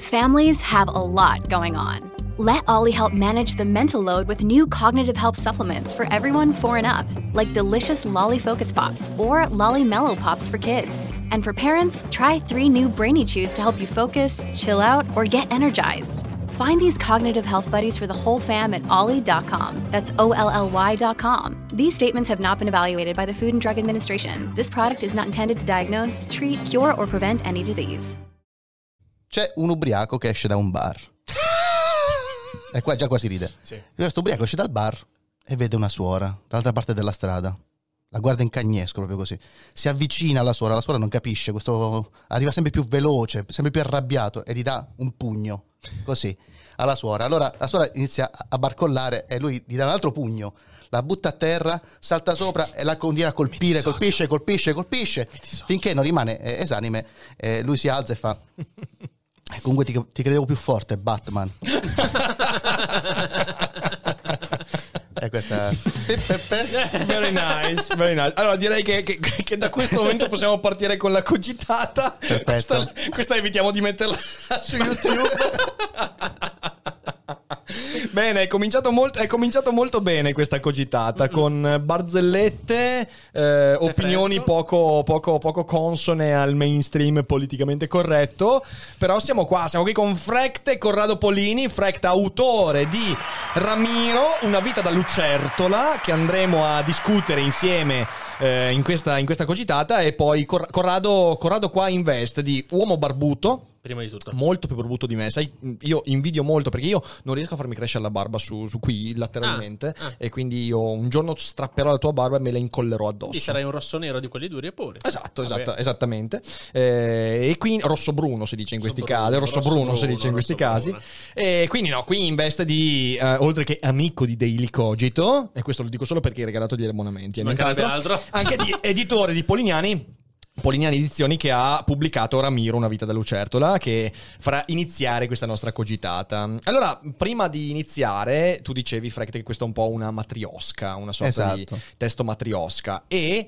Families have a lot going on. Let Ollie help manage the mental load with new cognitive help supplements for everyone 4 and up, like delicious Lolly Focus Pops or Lolly Mellow Pops for kids. And for parents, try 3 new Brainy Chews to help you focus, chill out, or get energized. Find these cognitive health buddies for the whole fam at ollie.com. That's OLLY.com. These statements have not been evaluated by the Food and Drug Administration. This product is not intended to diagnose, treat, cure, or prevent any disease. C'è un ubriaco che esce da un bar. E qua già quasi ride. Sì. Questo ubriaco esce dal bar e vede una suora dall'altra parte della strada. La guarda in cagnesco, proprio così. Si avvicina alla suora non capisce, questo arriva sempre più veloce, sempre più arrabbiato e gli dà un pugno, così, alla suora. Allora la suora inizia a barcollare e lui gli dà un altro pugno, la butta a terra, salta sopra e la continua a colpire, colpisce, finché non rimane esanime. Lui si alza e fa... Comunque ti credevo più forte, Batman. E questa Very nice, very nice. Allora direi che da questo momento possiamo partire con la cogitata. Questa evitiamo di metterla su YouTube. Bene, è cominciato molto bene questa cogitata, con barzellette, opinioni poco consone al mainstream politicamente corretto. Però siamo qui con Frecht, Corrado Polini. Frecht, autore di Ramiro, Una vita da lucertola, che andremo a discutere insieme in questa cogitata. E poi Corrado qua investe di uomo barbuto, prima di tutto, molto più barbuto di me. Sai, io invidio molto perché io non riesco a farmi crescere la barba su qui lateralmente, e quindi io un giorno strapperò la tua barba e me la incollerò addosso. Ti sarai un rosso nero di quelli duri e puri. Esatto, esattamente. E qui rosso bruno si dice in questi casi, rosso bruno si dice in questi casi. E quindi qui investe di oltre che amico di Daily Cogito, e questo lo dico solo perché hai regalato gli abbonamenti, altro. Anche di editore di Polignani Edizioni, che ha pubblicato Ramiro, Una vita da lucertola, che farà iniziare questa nostra cogitata. Allora, prima di iniziare, tu dicevi, Frecht, che questo è un po' una matriosca, una sorta di testo matriosca, e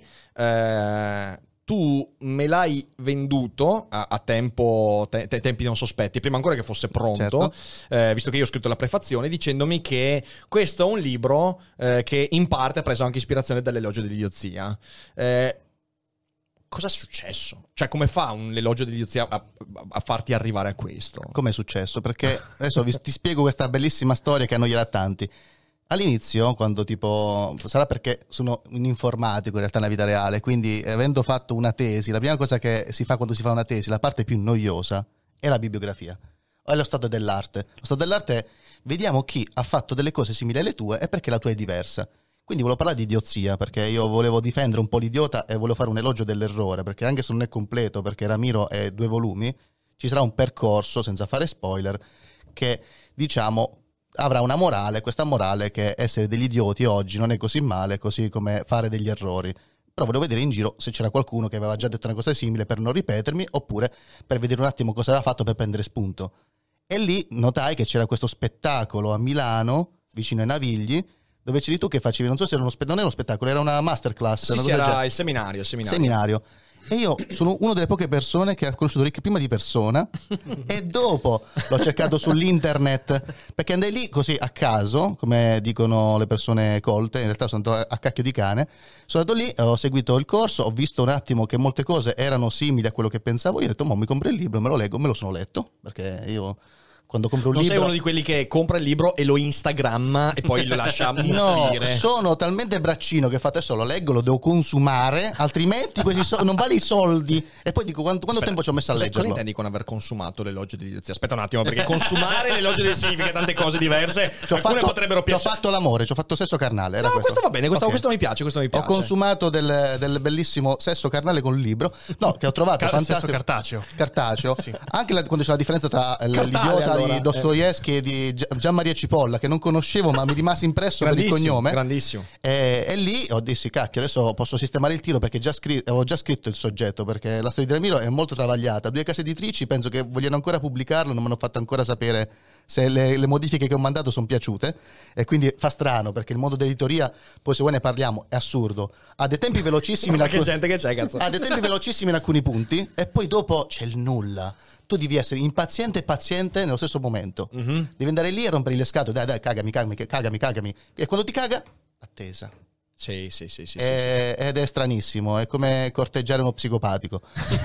tu me l'hai venduto a tempi non sospetti, prima ancora che fosse pronto, visto che io ho scritto la prefazione, dicendomi che questo è un libro che in parte ha preso anche ispirazione dall'Elogio dell'idiozia. Cosa è successo? Cioè, come fa un elogio dell'idiozia a farti arrivare a questo? Come è successo? Perché adesso ti spiego questa bellissima storia che annoierà tanti. All'inizio, quando sarà perché sono un informatico in realtà nella vita reale, quindi avendo fatto una tesi, la prima cosa che si fa quando si fa una tesi, la parte più noiosa, è la bibliografia. È lo stato dell'arte. Lo stato dell'arte è: vediamo chi ha fatto delle cose simili alle tue e perché la tua è diversa. Quindi volevo parlare di idiozia, perché io volevo difendere un po' l'idiota e volevo fare un elogio dell'errore, perché anche se non è completo, perché Ramiro è 2 volumi, ci sarà un percorso, senza fare spoiler, che avrà una morale. Questa morale che essere degli idioti oggi non è così male, così come fare degli errori. Però volevo vedere in giro se c'era qualcuno che aveva già detto una cosa simile, per non ripetermi, oppure per vedere un attimo cosa aveva fatto per prendere spunto. E lì notai che c'era questo spettacolo a Milano, vicino ai Navigli, dove c'eri tu che facevi, non so se era non era uno spettacolo, era una masterclass. Sì, era il seminario. E io sono una delle poche persone che ha conosciuto Rick prima di persona e dopo l'ho cercato sull'internet, perché andai lì così a caso, come dicono le persone colte. In realtà sono andato a cacchio di cane, sono andato lì, ho seguito il corso, ho visto un attimo che molte cose erano simili a quello che pensavo. Io ho detto: mi compro il libro, me lo leggo. Me lo sono letto, perché io quando compro un libro... Non sei uno di quelli che compra il libro e lo instagramma e poi lo lascia morire. No, sono talmente braccino che adesso lo leggo, lo devo consumare, altrimenti non vale i soldi. E poi dico, quanto tempo ci ho messo a leggerlo? Cosa intendi con aver consumato l'elogio dell'idiozia? Aspetta un attimo, perché consumare l'elogio dell'idiozia significa tante cose diverse. Alcune potrebbero piacere. Ci ho fatto l'amore, ci ho fatto sesso carnale. No, questo va bene, questo mi piace, Ho consumato del bellissimo sesso carnale con il libro. No, che ho trovato fantastico. Sesso cartaceo. Sì. Anche quando c'è la differenza tra l'idiota di Dostoevskij e di Gian Maria Cipolla, che non conoscevo ma mi rimase impresso per il cognome. Grandissimo. E lì ho detto: cacchio, adesso posso sistemare il tiro, perché avevo già scritto il soggetto, perché la storia di Ramiro è molto travagliata. 2 case editrici penso che vogliano ancora pubblicarlo, non mi hanno fatto ancora sapere se le modifiche che ho mandato sono piaciute, e quindi fa strano, perché il mondo dell'editoria, poi se vuoi ne parliamo, è assurdo. Ha dei tempi velocissimi che gente che c'è, cazzo. Ha dei tempi velocissimi in alcuni punti e poi dopo c'è il nulla. tu devi essere impaziente e paziente nello stesso momento. Devi andare lì e rompere le scatole, dai, cagami. E quando ti caga, attesa. Sì. Ed è stranissimo, è come corteggiare uno psicopatico.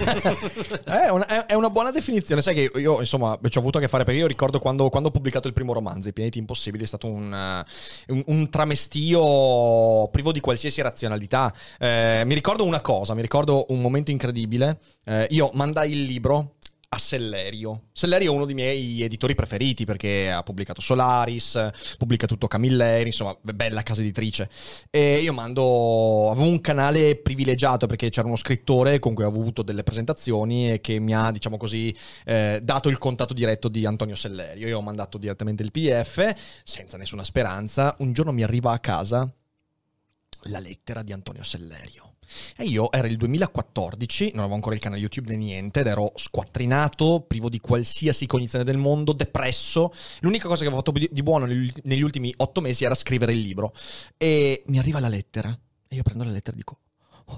È una buona definizione. Sai che io, insomma, ci ho avuto a che fare, perché io ricordo quando ho pubblicato il primo romanzo, I pianeti impossibili, è stato un tramestio privo di qualsiasi razionalità. Mi ricordo un momento incredibile. Io mandai il libro a Sellerio. Sellerio è uno dei miei editori preferiti, perché ha pubblicato Solaris, pubblica tutto Camilleri, insomma, bella casa editrice. E io avevo un canale privilegiato, perché c'era uno scrittore con cui avevo avuto delle presentazioni e che mi ha, diciamo così, dato il contatto diretto di Antonio Sellerio. Io ho mandato direttamente il PDF senza nessuna speranza. Un giorno mi arriva a casa la lettera di Antonio Sellerio. E io era il 2014, non avevo ancora il canale YouTube né niente, ed ero squattrinato, privo di qualsiasi cognizione del mondo, depresso. L'unica cosa che avevo fatto di buono negli ultimi 8 mesi era scrivere il libro. E mi arriva la lettera, e io prendo la lettera e dico: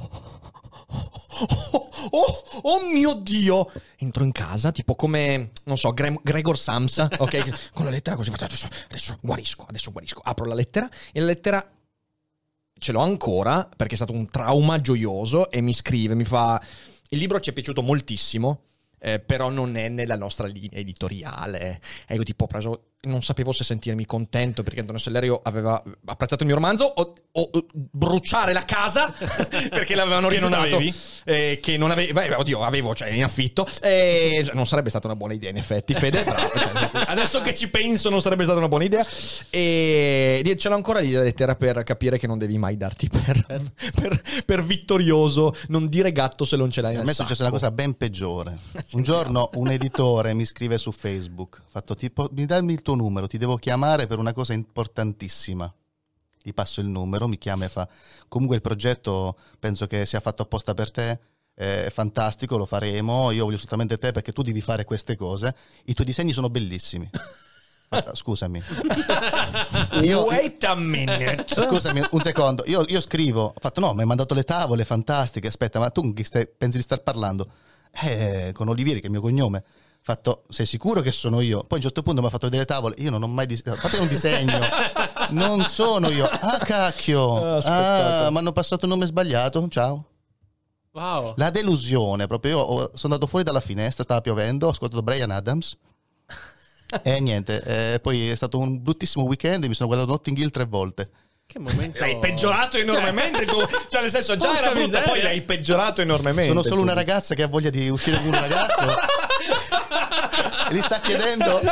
oh mio Dio! Entro in casa, tipo come, non so, Gregor Samsa, ok? Con la lettera così, adesso guarisco. Apro la lettera, e la lettera ce l'ho ancora, perché è stato un trauma gioioso, e mi scrive, mi fa: il libro ci è piaciuto moltissimo, però non è nella nostra linea editoriale. E io tipo ho preso, non sapevo se sentirmi contento perché Antonio Sellerio aveva apprezzato il mio romanzo, o bruciare la casa perché l'avevano rifiutato, che non avevi. Beh, oddio, avevo, cioè, in affitto, non sarebbe stata una buona idea, in effetti, Fede, però, adesso che ci penso non sarebbe stata una buona idea. E ce l'ho ancora lì la lettera, per capire che non devi mai darti per vittorioso. Non dire gatto se non ce l'hai nel sacco. A me è successa una cosa ben peggiore. Un giorno un editore mi scrive su Facebook, fatto tipo: mi dammi il tuo numero, ti devo chiamare per una cosa importantissima. Gli passo il numero, mi chiama e fa: comunque il progetto penso che sia fatto apposta per te, è fantastico, lo faremo, io voglio soltanto te perché tu devi fare queste cose, i tuoi disegni sono bellissimi. Scusami. Wait a minute. Scusami un secondo, io scrivo, ho fatto: no, mi hai mandato le tavole fantastiche, aspetta, ma tu pensi di star parlando? Con Olivieri, che è il mio cognome. Fatto: sei sicuro che sono io? Poi a un certo punto mi ha fatto vedere le tavole, io non ho mai fate un disegno, non sono io. Ah, cacchio, mi hanno passato il nome sbagliato, ciao. Wow. La delusione, proprio. Io sono andato fuori dalla finestra, stava piovendo, ho ascoltato Bryan Adams e niente, poi è stato un bruttissimo weekend e mi sono guardato Notting Hill 3 volte. Che momento. L'hai peggiorato enormemente, cioè nel senso, già era brutta, poi l'hai peggiorato enormemente. Sono solo una ragazza che ha voglia di uscire con un ragazzo e gli sta chiedendo.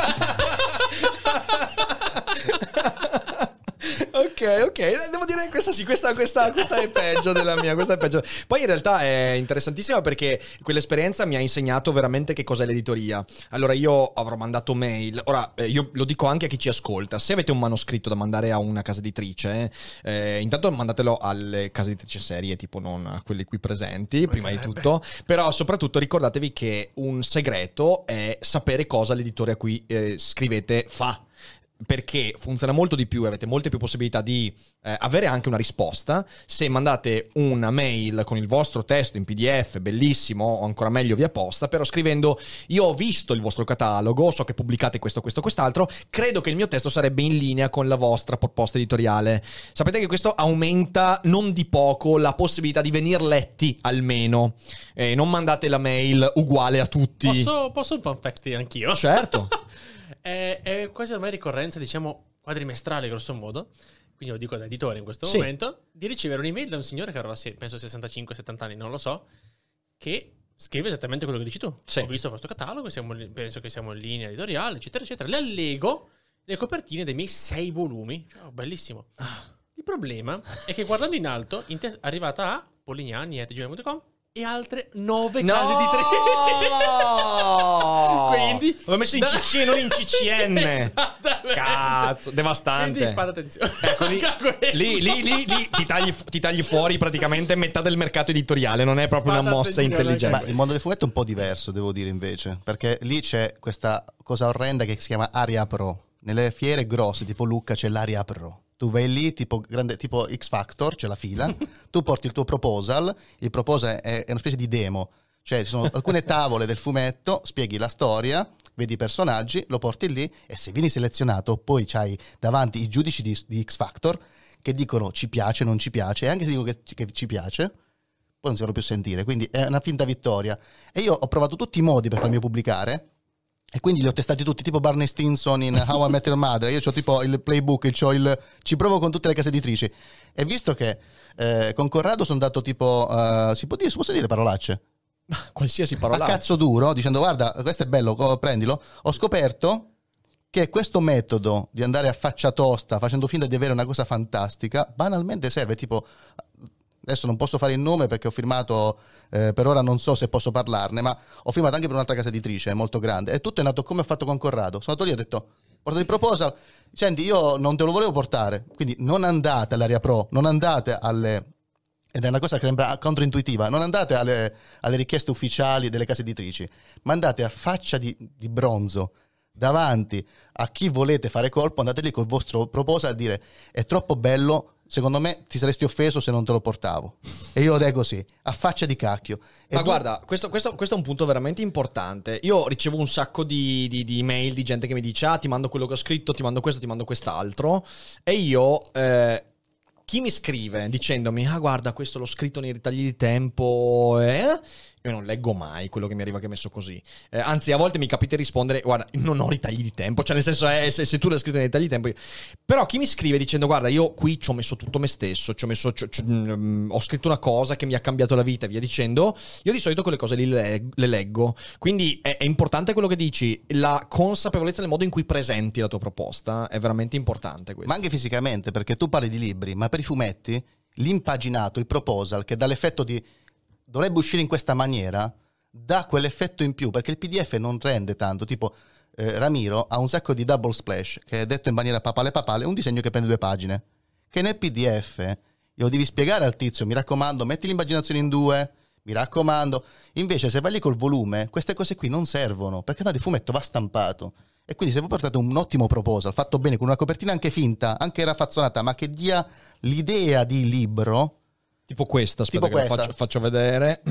Ok, devo dire che questa è peggio della mia, questa è peggio. Poi in realtà è interessantissima, perché quell'esperienza mi ha insegnato veramente che cos'è l'editoria. Allora, io avrò mandato mail, ora io lo dico anche a chi ci ascolta: se avete un manoscritto da mandare a una casa editrice, intanto mandatelo alle case editrici serie, tipo non a quelle qui presenti, prima di tutto. Però soprattutto ricordatevi che un segreto è sapere cosa l'editore a cui scrivete fa, perché funziona molto di più e avete molte più possibilità di avere anche una risposta se mandate una mail con il vostro testo in PDF bellissimo, o ancora meglio via posta, però scrivendo: io ho visto il vostro catalogo, so che pubblicate questo, quest'altro, credo che il mio testo sarebbe in linea con la vostra proposta editoriale. Sapete che questo aumenta non di poco la possibilità di venir letti, almeno. Non mandate la mail uguale a tutti. Posso un fun fact anch'io? Certo. È quasi ormai ricorrenza, diciamo, quadrimestrale grosso modo, quindi lo dico da editore in questo momento, di ricevere un'email da un signore che avrà penso 65-70 anni, non lo so, che scrive esattamente quello che dici tu. Ho visto il vostro catalogo, penso che siamo in linea editoriale, eccetera eccetera. Le allego le copertine dei miei 6 volumi, cioè, bellissimo. Il problema è che guardando in alto è arrivata a polignani@gmail.com e altre 9 case editrici. Quindi l'ho messo in CC e non in CCN. Esattamente. Cazzo, devastante. Quindi fate attenzione. Ecco, lì ti tagli fuori praticamente metà del mercato editoriale. Non è proprio una mossa intelligente. Ma il mondo del fumetto è un po' diverso, devo dire, invece, perché lì c'è questa cosa orrenda che si chiama Aria Pro. Nelle fiere grosse tipo Lucca c'è l'Aria Pro. Tu vai lì tipo X Factor, c'è la fila, tu porti il tuo proposal, il proposal è una specie di demo, Cioè ci sono alcune tavole del fumetto, spieghi la storia, vedi i personaggi, lo porti lì e se vieni selezionato poi c'hai davanti i giudici di X Factor che dicono ci piace, non ci piace, e anche se dicono che ci piace, poi non si fanno più sentire, quindi è una finta vittoria. E io ho provato tutti i modi per farmi pubblicare e quindi li ho testati tutti, tipo Barney Stinson in How I Met Your Mother. Io ho tipo il playbook, ci provo con tutte le case editrici, e visto che con Corrado sono andato tipo si posso dire parolacce? Qualsiasi A parola. cazzo duro, dicendo guarda questo è bello, prendilo, ho scoperto che questo metodo di andare a faccia tosta facendo finta di avere una cosa fantastica banalmente serve. Tipo, adesso non posso fare il nome perché ho firmato, per ora non so se posso parlarne, ma ho firmato anche per un'altra casa editrice molto grande, e tutto è nato come ho fatto con Corrado. Sono andato lì e ho detto porto il proposal, senti io non te lo volevo portare, quindi non andate all'Area Pro, non andate ed è una cosa che sembra controintuitiva, non andate alle richieste ufficiali delle case editrici, ma andate a faccia di bronzo davanti a chi volete fare colpo, andate lì col vostro proposal a dire è troppo bello, secondo me ti saresti offeso se non te lo portavo, e io lo dai così a faccia di cacchio. Ma guarda, questo è un punto veramente importante. Io ricevo un sacco di email di gente che mi dice ti mando quello che ho scritto, ti mando questo, ti mando quest'altro, e io chi mi scrive dicendomi guarda questo l'ho scritto nei ritagli di tempo, io non leggo mai quello che mi arriva che è messo così, anzi a volte mi capita di rispondere guarda non ho ritagli di tempo, cioè nel senso se tu l'hai scritto nei ritagli di tempo però chi mi scrive dicendo guarda io qui ci ho messo tutto me stesso, ho scritto una cosa che mi ha cambiato la vita e via dicendo, io di solito quelle cose lì le leggo, quindi è importante quello che dici, la consapevolezza del modo in cui presenti la tua proposta è veramente importante questo. Ma anche fisicamente, perché tu parli di libri, ma per i fumetti l'impaginato, il proposal che dà l'effetto di dovrebbe uscire in questa maniera, dà quell'effetto in più, perché il PDF non rende tanto. Tipo Ramiro ha un sacco di double splash, che è detto in maniera papale, un disegno che prende 2 pagine, che nel PDF glielo devi spiegare al tizio, mi raccomando, metti l'immaginazione in 2, mi raccomando. Invece se vai lì col volume, queste cose qui non servono, perché tanto il fumetto va stampato. E quindi se voi portate un ottimo proposal, fatto bene, con una copertina anche finta, anche raffazzonata, ma che dia l'idea di libro, tipo questa, aspetta tipo che questa. la faccio vedere.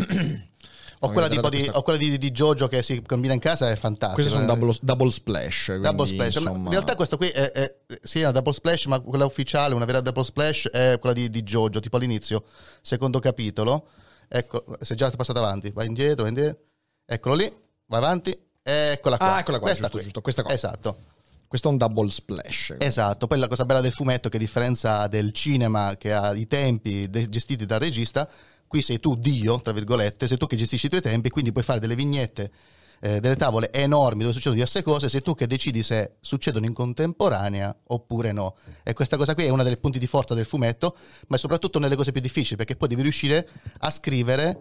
O quella di Jojo che si combina in casa, è fantastico. Questi sono double splash. Double quindi, splash. Insomma... In realtà questo qui è una double splash, ma quella ufficiale, una vera double splash, è quella di Jojo, tipo all'inizio, secondo capitolo. Ecco, se già è passato avanti, vai indietro, eccolo lì, vai avanti, eccola qua. Eccola qua, giusto, questa qua. Esatto. Questo è un double splash. Esatto, poi la cosa bella del fumetto è che a differenza del cinema che ha i tempi gestiti dal regista, qui sei tu Dio, tra virgolette, sei tu che gestisci i tuoi tempi, quindi puoi fare delle vignette, delle tavole enormi dove succedono diverse cose, sei tu che decidi se succedono in contemporanea oppure no. E questa cosa qui è una delle punti di forza del fumetto, ma è soprattutto nelle cose più difficili, perché poi devi riuscire a scrivere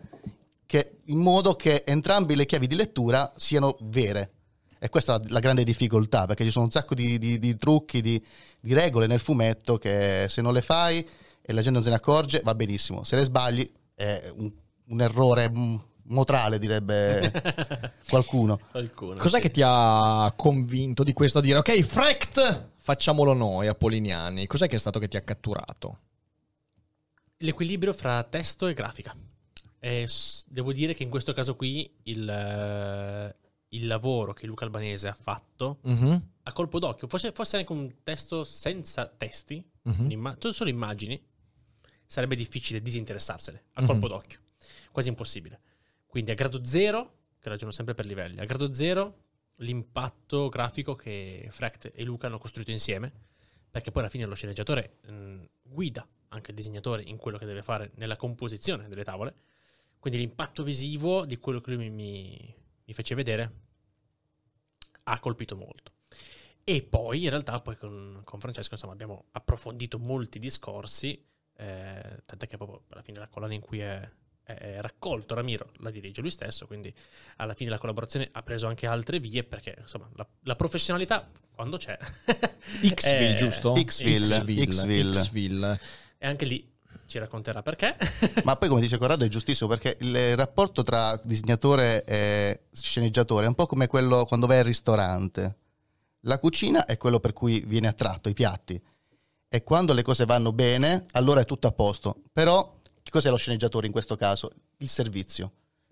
in modo che entrambe le chiavi di lettura siano vere. E questa è la grande difficoltà, perché ci sono un sacco di trucchi, di regole nel fumetto che se non le fai e la gente non se ne accorge va benissimo, se le sbagli è un errore motrale, direbbe qualcuno. Cos'è che ti ha convinto di questo a dire ok, Frecht, facciamolo noi Appoliniani? Cos'è che è stato che ti ha catturato? L'equilibrio fra testo e grafica. Devo dire che in questo caso qui il lavoro che Luca Albanese ha fatto a colpo d'occhio, fosse anche un testo senza testi, solo immagini, sarebbe difficile disinteressarsene a colpo d'occhio, quasi impossibile. Quindi a grado zero, che ragiono sempre per livelli, a grado zero l'impatto grafico che Frecht e Luca hanno costruito insieme, perché poi alla fine lo sceneggiatore guida anche il disegnatore in quello che deve fare nella composizione delle tavole, quindi l'impatto visivo di quello che lui mi fece vedere ha colpito molto. E poi in realtà con Francesco insomma abbiamo approfondito molti discorsi, tant'è che proprio alla fine la collana in cui è raccolto Ramiro la dirige lui stesso, quindi alla fine la collaborazione ha preso anche altre vie, perché insomma la professionalità quando c'è Xville, giusto? Xville. E anche lì ci racconterà perché. Ma poi come dice Corrado è giustissimo, perché il rapporto tra disegnatore e sceneggiatore è un po' come quello quando vai al ristorante. La cucina è quello per cui viene attratto, i piatti, e quando le cose vanno bene allora è tutto a posto. Però che cos'è lo sceneggiatore in questo caso? Il servizio,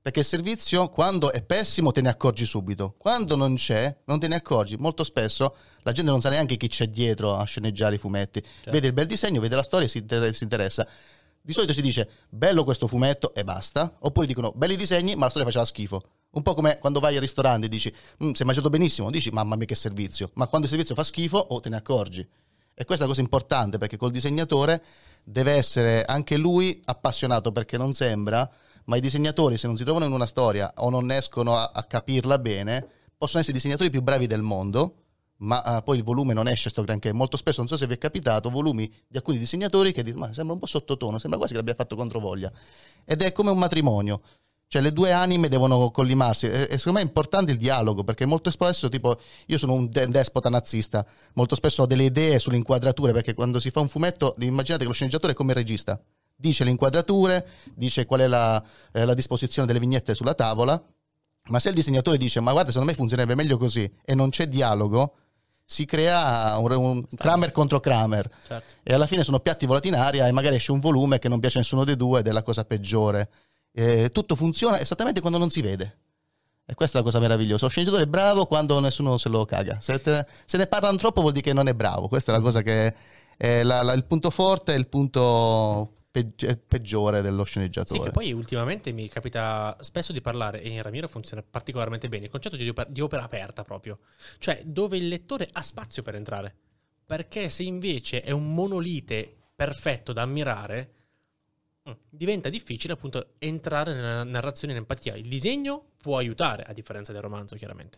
Perché il servizio, quando è pessimo, te ne accorgi subito. Quando non c'è, non te ne accorgi. Molto spesso la gente non sa neanche chi c'è dietro a sceneggiare i fumetti. Certo. Vede il bel disegno, vede la storia e si interessa. Di solito si dice, bello questo fumetto e basta. Oppure dicono, belli disegni, ma la storia faceva schifo. Un po' come quando vai al ristorante e dici, sei mangiato benissimo. Dici, mamma mia che servizio. Ma quando il servizio fa schifo, te ne accorgi. E questa è una cosa importante, perché col disegnatore deve essere anche lui appassionato, perché non sembra... Ma i disegnatori, se non si trovano in una storia o non escono a capirla bene, possono essere i disegnatori più bravi del mondo, ma poi il volume non esce sto granché. Molto spesso, non so se vi è capitato, volumi di alcuni disegnatori che dicono, ma sembra un po' sottotono, sembra quasi che l'abbia fatto controvoglia. Ed è come un matrimonio. Cioè le due anime devono collimarsi e secondo me è importante il dialogo, perché molto spesso, tipo, io sono un despota nazista, molto spesso ho delle idee sulle inquadrature, perché quando si fa un fumetto, immaginate che lo sceneggiatore è come il regista. Dice le inquadrature, dice qual è la disposizione delle vignette sulla tavola, ma se il disegnatore dice ma guarda, secondo me funzionerebbe meglio così, e non c'è dialogo, si crea un Kramer contro Kramer. Certo. E alla fine sono piatti volati in aria e magari esce un volume che non piace a nessuno dei due ed è la cosa peggiore. Tutto funziona esattamente quando non si vede. E questa è la cosa meravigliosa. Lo sceneggiatore è bravo quando nessuno se lo caga. Se ne parlano troppo vuol dire che non è bravo. Questa è la cosa che è il punto forte e il punto peggiore dello sceneggiatore. Sì, che poi ultimamente mi capita spesso di parlare, e in Ramiro funziona particolarmente bene, il concetto di opera aperta proprio, cioè dove il lettore ha spazio per entrare, perché se invece è un monolite perfetto da ammirare, diventa difficile appunto entrare nella narrazione in empatia. Il disegno può aiutare, a differenza del romanzo chiaramente,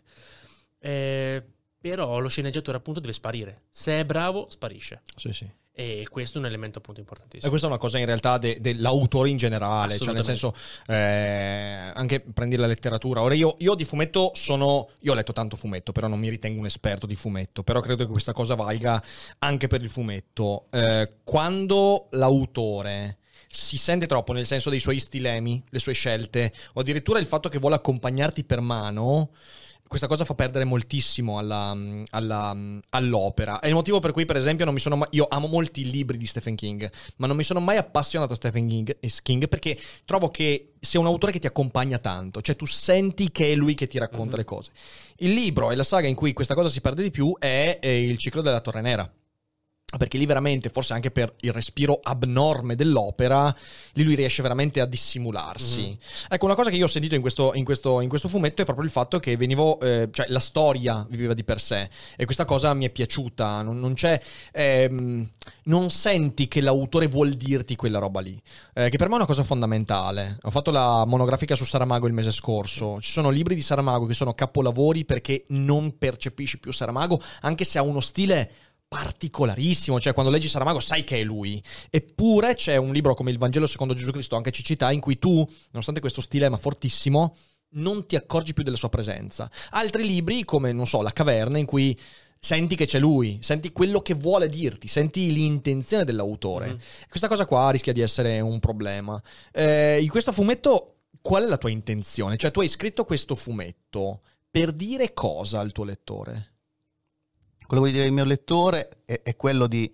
però lo sceneggiatore appunto deve sparire, se è bravo sparisce. Sì. E questo è un elemento appunto importantissimo. E questa è una cosa in realtà dell'autore in generale, cioè nel senso anche prendi la letteratura. Ora io di fumetto io ho letto tanto fumetto, però non mi ritengo un esperto di fumetto, però credo che questa cosa valga anche per il fumetto. Quando l'autore si sente troppo nel senso dei suoi stilemi, le sue scelte, o addirittura il fatto che vuole accompagnarti per mano, questa cosa fa perdere moltissimo all'opera. È il motivo per cui, per esempio, io amo molti libri di Stephen King, ma non mi sono mai appassionato a Stephen King perché trovo che sia un autore che ti accompagna tanto, cioè tu senti che è lui che ti racconta le cose. Il libro e la saga in cui questa cosa si perde di più è Il ciclo della Torre Nera, perché lì veramente, forse anche per il respiro abnorme dell'opera, lì lui riesce veramente a dissimularsi. Ecco, una cosa che io ho sentito in questo fumetto è proprio il fatto che cioè la storia viveva di per sé, e questa cosa mi è piaciuta. Non c'è non senti che l'autore vuol dirti quella roba lì, che per me è una cosa fondamentale. Ho fatto la monografica su Saramago il mese scorso. Ci sono libri di Saramago che sono capolavori perché non percepisci più Saramago, anche se ha uno stile particolarissimo, cioè quando leggi Saramago sai che è lui. Eppure c'è un libro come il Vangelo secondo Gesù Cristo, anche Cecità, in cui tu, nonostante questo stilema fortissimo, non ti accorgi più della sua presenza. Altri libri come, non so, La Caverna, in cui senti che c'è lui, senti quello che vuole dirti, senti l'intenzione dell'autore. Questa cosa qua rischia di essere un problema. In questo fumetto qual è la tua intenzione? Cioè tu hai scritto questo fumetto per dire cosa al tuo lettore? Quello che vuol dire il mio lettore è quello di,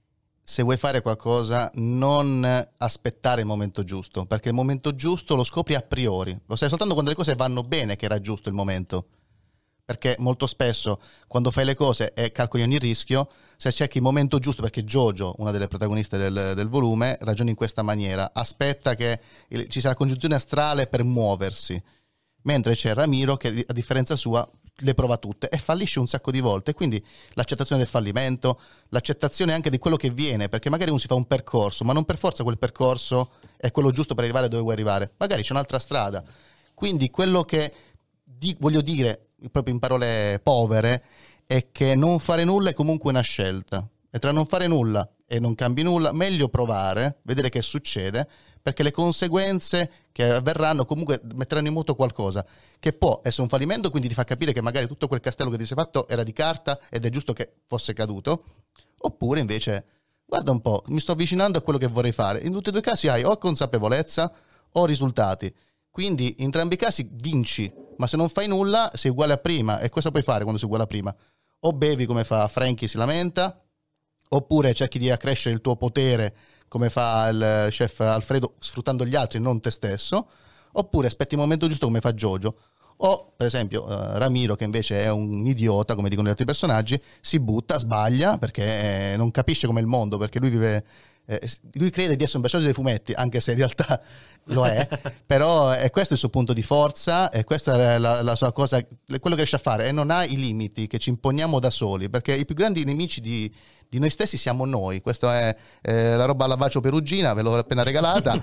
se vuoi fare qualcosa, non aspettare il momento giusto, perché il momento giusto lo scopri a priori, lo sai soltanto quando le cose vanno bene che era giusto il momento, perché molto spesso quando fai le cose e calcoli ogni rischio, se cerchi il momento giusto, perché Jojo, una delle protagoniste del volume, ragiona in questa maniera, aspetta che ci sia la congiunzione astrale per muoversi, mentre c'è Ramiro che a differenza sua le prova tutte e fallisce un sacco di volte, quindi l'accettazione del fallimento, l'accettazione anche di quello che viene, perché magari uno si fa un percorso, ma non per forza quel percorso è quello giusto per arrivare dove vuoi arrivare, magari c'è un'altra strada. Quindi quello che voglio dire proprio in parole povere è che non fare nulla è comunque una scelta, e tra non fare nulla e non cambi nulla meglio provare, vedere che succede, perché le conseguenze che avverranno comunque metteranno in moto qualcosa che può essere un fallimento, quindi ti fa capire che magari tutto quel castello che ti sei fatto era di carta ed è giusto che fosse caduto, oppure invece guarda un po', mi sto avvicinando a quello che vorrei fare. In tutti e due i casi hai o consapevolezza o risultati, quindi in entrambi i casi vinci, ma se non fai nulla sei uguale a prima. E cosa puoi fare quando sei uguale a prima? O bevi come fa Frankie, si lamenta, oppure cerchi di accrescere il tuo potere come fa il chef Alfredo, sfruttando gli altri, non te stesso, oppure aspetti il momento giusto come fa Jojo, o per esempio Ramiro, che invece è un idiota, come dicono gli altri personaggi, si butta, sbaglia perché non capisce com'è il mondo, perché lui vive... lui crede di essere un personaggio dei fumetti, anche se in realtà lo è, però è questo il suo punto di forza, e questa è la sua cosa, quello che riesce a fare, e non ha i limiti che ci imponiamo da soli, perché i più grandi nemici di noi stessi siamo noi. Questa è la roba alla Bacio Perugina, ve l'ho appena regalata.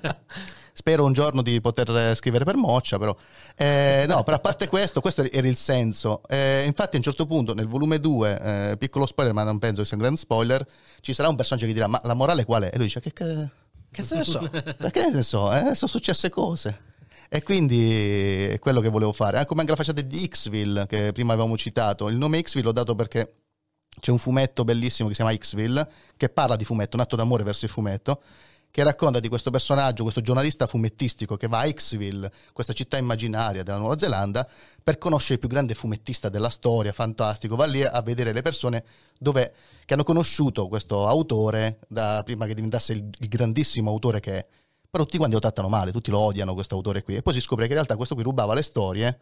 Spero un giorno di poter scrivere per Moccia, però no, però a parte questo era il senso. Infatti a un certo punto nel volume 2, piccolo spoiler ma non penso che sia un grand spoiler, ci sarà un personaggio che dirà: ma la morale qual è? E lui dice: che se ne so? Perché ne so? Sono successe cose. E quindi è quello che volevo fare. Come anche la facciata di Xville, che prima avevamo citato. Il nome Xville l'ho dato perché c'è un fumetto bellissimo che si chiama Xville, che parla di fumetto, un atto d'amore verso il fumetto, che racconta di questo personaggio, questo giornalista fumettistico che va a Xville, questa città immaginaria della Nuova Zelanda, per conoscere il più grande fumettista della storia, fantastico. Va lì a vedere le persone che hanno conosciuto questo autore prima che diventasse il grandissimo autore che è. Però tutti quanti lo trattano male, tutti lo odiano questo autore qui. E poi si scopre che in realtà questo qui rubava le storie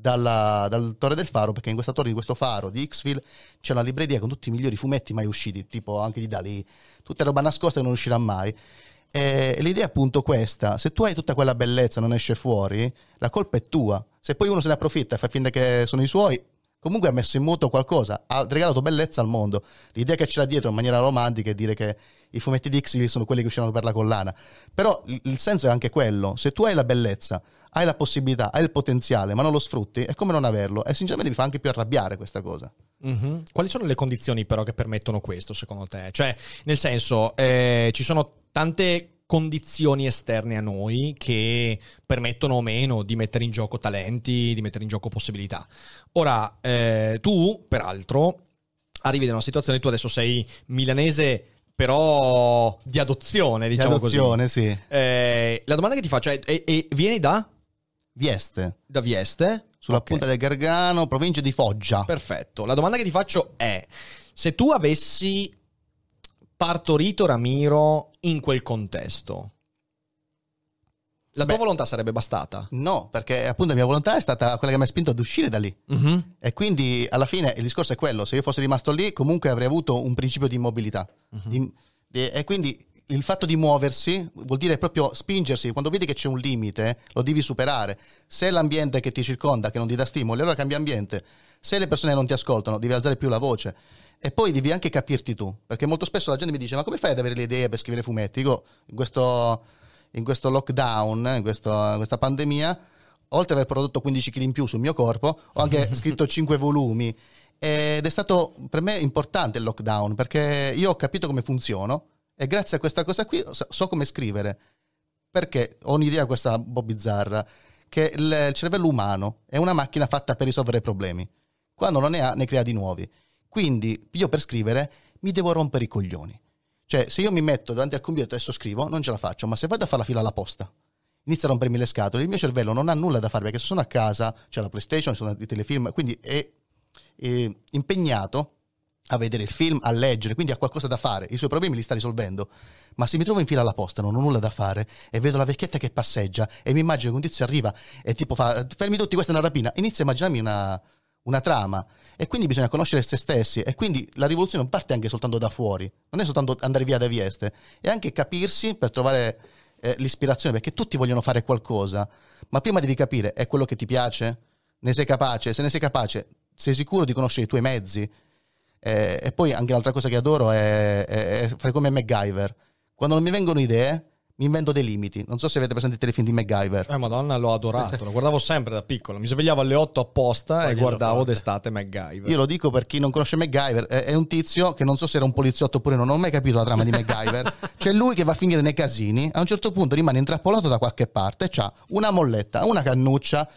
dal Torre del Faro, perché in questa torre di questo faro di Xville c'è una libreria con tutti i migliori fumetti mai usciti, tipo anche di Dalì, tutta roba nascosta che non uscirà mai. E l'idea è appunto questa: se tu hai tutta quella bellezza e non esce fuori, la colpa è tua. Se poi uno se ne approfitta e fa finta che sono i suoi, comunque ha messo in moto qualcosa, ha regalato bellezza al mondo. L'idea che c'era dietro in maniera romantica è dire che i fumetti di Xville sono quelli che usciranno per la collana, però il senso è anche quello: se tu hai la bellezza, hai la possibilità, hai il potenziale, ma non lo sfrutti, è come non averlo. E sinceramente mi fa anche più arrabbiare questa cosa. Mm-hmm. Quali sono le condizioni però che permettono questo, secondo te? Cioè, nel senso, ci sono tante condizioni esterne a noi che permettono o meno di mettere in gioco talenti, di mettere in gioco possibilità. Ora, tu, peraltro, arrivi da una situazione, tu adesso sei milanese però di adozione, diciamo così. Di adozione, sì. La domanda che ti faccio è vieni da? Vieste. Da Vieste? Sulla punta del Gargano, provincia di Foggia. Perfetto. La domanda che ti faccio è: se tu avessi partorito Ramiro in quel contesto, la tua volontà sarebbe bastata? No, perché appunto la mia volontà è stata quella che mi ha spinto ad uscire da lì. Mm-hmm. E quindi alla fine il discorso è quello: se io fossi rimasto lì, comunque avrei avuto un principio di immobilità. Mm-hmm. E quindi il fatto di muoversi vuol dire proprio spingersi. Quando vedi che c'è un limite, lo devi superare. Se l'ambiente che ti circonda, che non ti dà stimoli, allora cambia ambiente. Se le persone non ti ascoltano, devi alzare più la voce. E poi devi anche capirti tu, perché molto spesso la gente mi dice: ma come fai ad avere le idee per scrivere fumetti? Dico, in questo lockdown, in questa pandemia, oltre ad aver prodotto 15 kg in più sul mio corpo, ho anche scritto 5 volumi. Ed è stato per me importante il lockdown, perché io ho capito come funziono, e grazie a questa cosa qui so come scrivere. Perché ho un'idea, questa un po' bizzarra, che il cervello umano è una macchina fatta per risolvere problemi. Quando non ne ha, ne crea di nuovi. Quindi io per scrivere mi devo rompere i coglioni. Cioè, se io mi metto davanti al computer e adesso scrivo, non ce la faccio. Ma se vado a fare la fila alla posta, inizia a rompermi le scatole, il mio cervello non ha nulla da fare, perché se sono a casa, c'è la PlayStation, ci sono i telefilm, quindi è impegnato a vedere il film, a leggere, quindi ha qualcosa da fare, i suoi problemi li sta risolvendo. Ma se mi trovo in fila alla posta, non ho nulla da fare, e vedo la vecchietta che passeggia, e mi immagino che un tizio arriva e tipo fa: fermi tutti, questa è una rapina, inizio a immaginarmi una trama. E quindi bisogna conoscere se stessi, e quindi la rivoluzione non parte anche soltanto da fuori, non è soltanto andare via da Vieste, è anche capirsi per trovare l'ispirazione, perché tutti vogliono fare qualcosa, ma prima devi capire: è quello che ti piace? Ne sei capace? Se ne sei capace, sei sicuro di conoscere i tuoi mezzi? E poi anche l'altra cosa che adoro è fare come MacGyver: quando non mi vengono idee, mi invento dei limiti. Non so se avete presente i telefilm di MacGyver. Madonna, l'ho adorato, lo guardavo sempre da piccolo. Mi svegliavo alle 8 apposta e guardavo d'estate MacGyver. Io lo dico per chi non conosce MacGyver: è un tizio che non so se era un poliziotto oppure non ho mai capito la trama di MacGyver. C'è lui che va a finire nei casini, a un certo punto rimane intrappolato da qualche parte e c'ha una molletta, una cannuccia,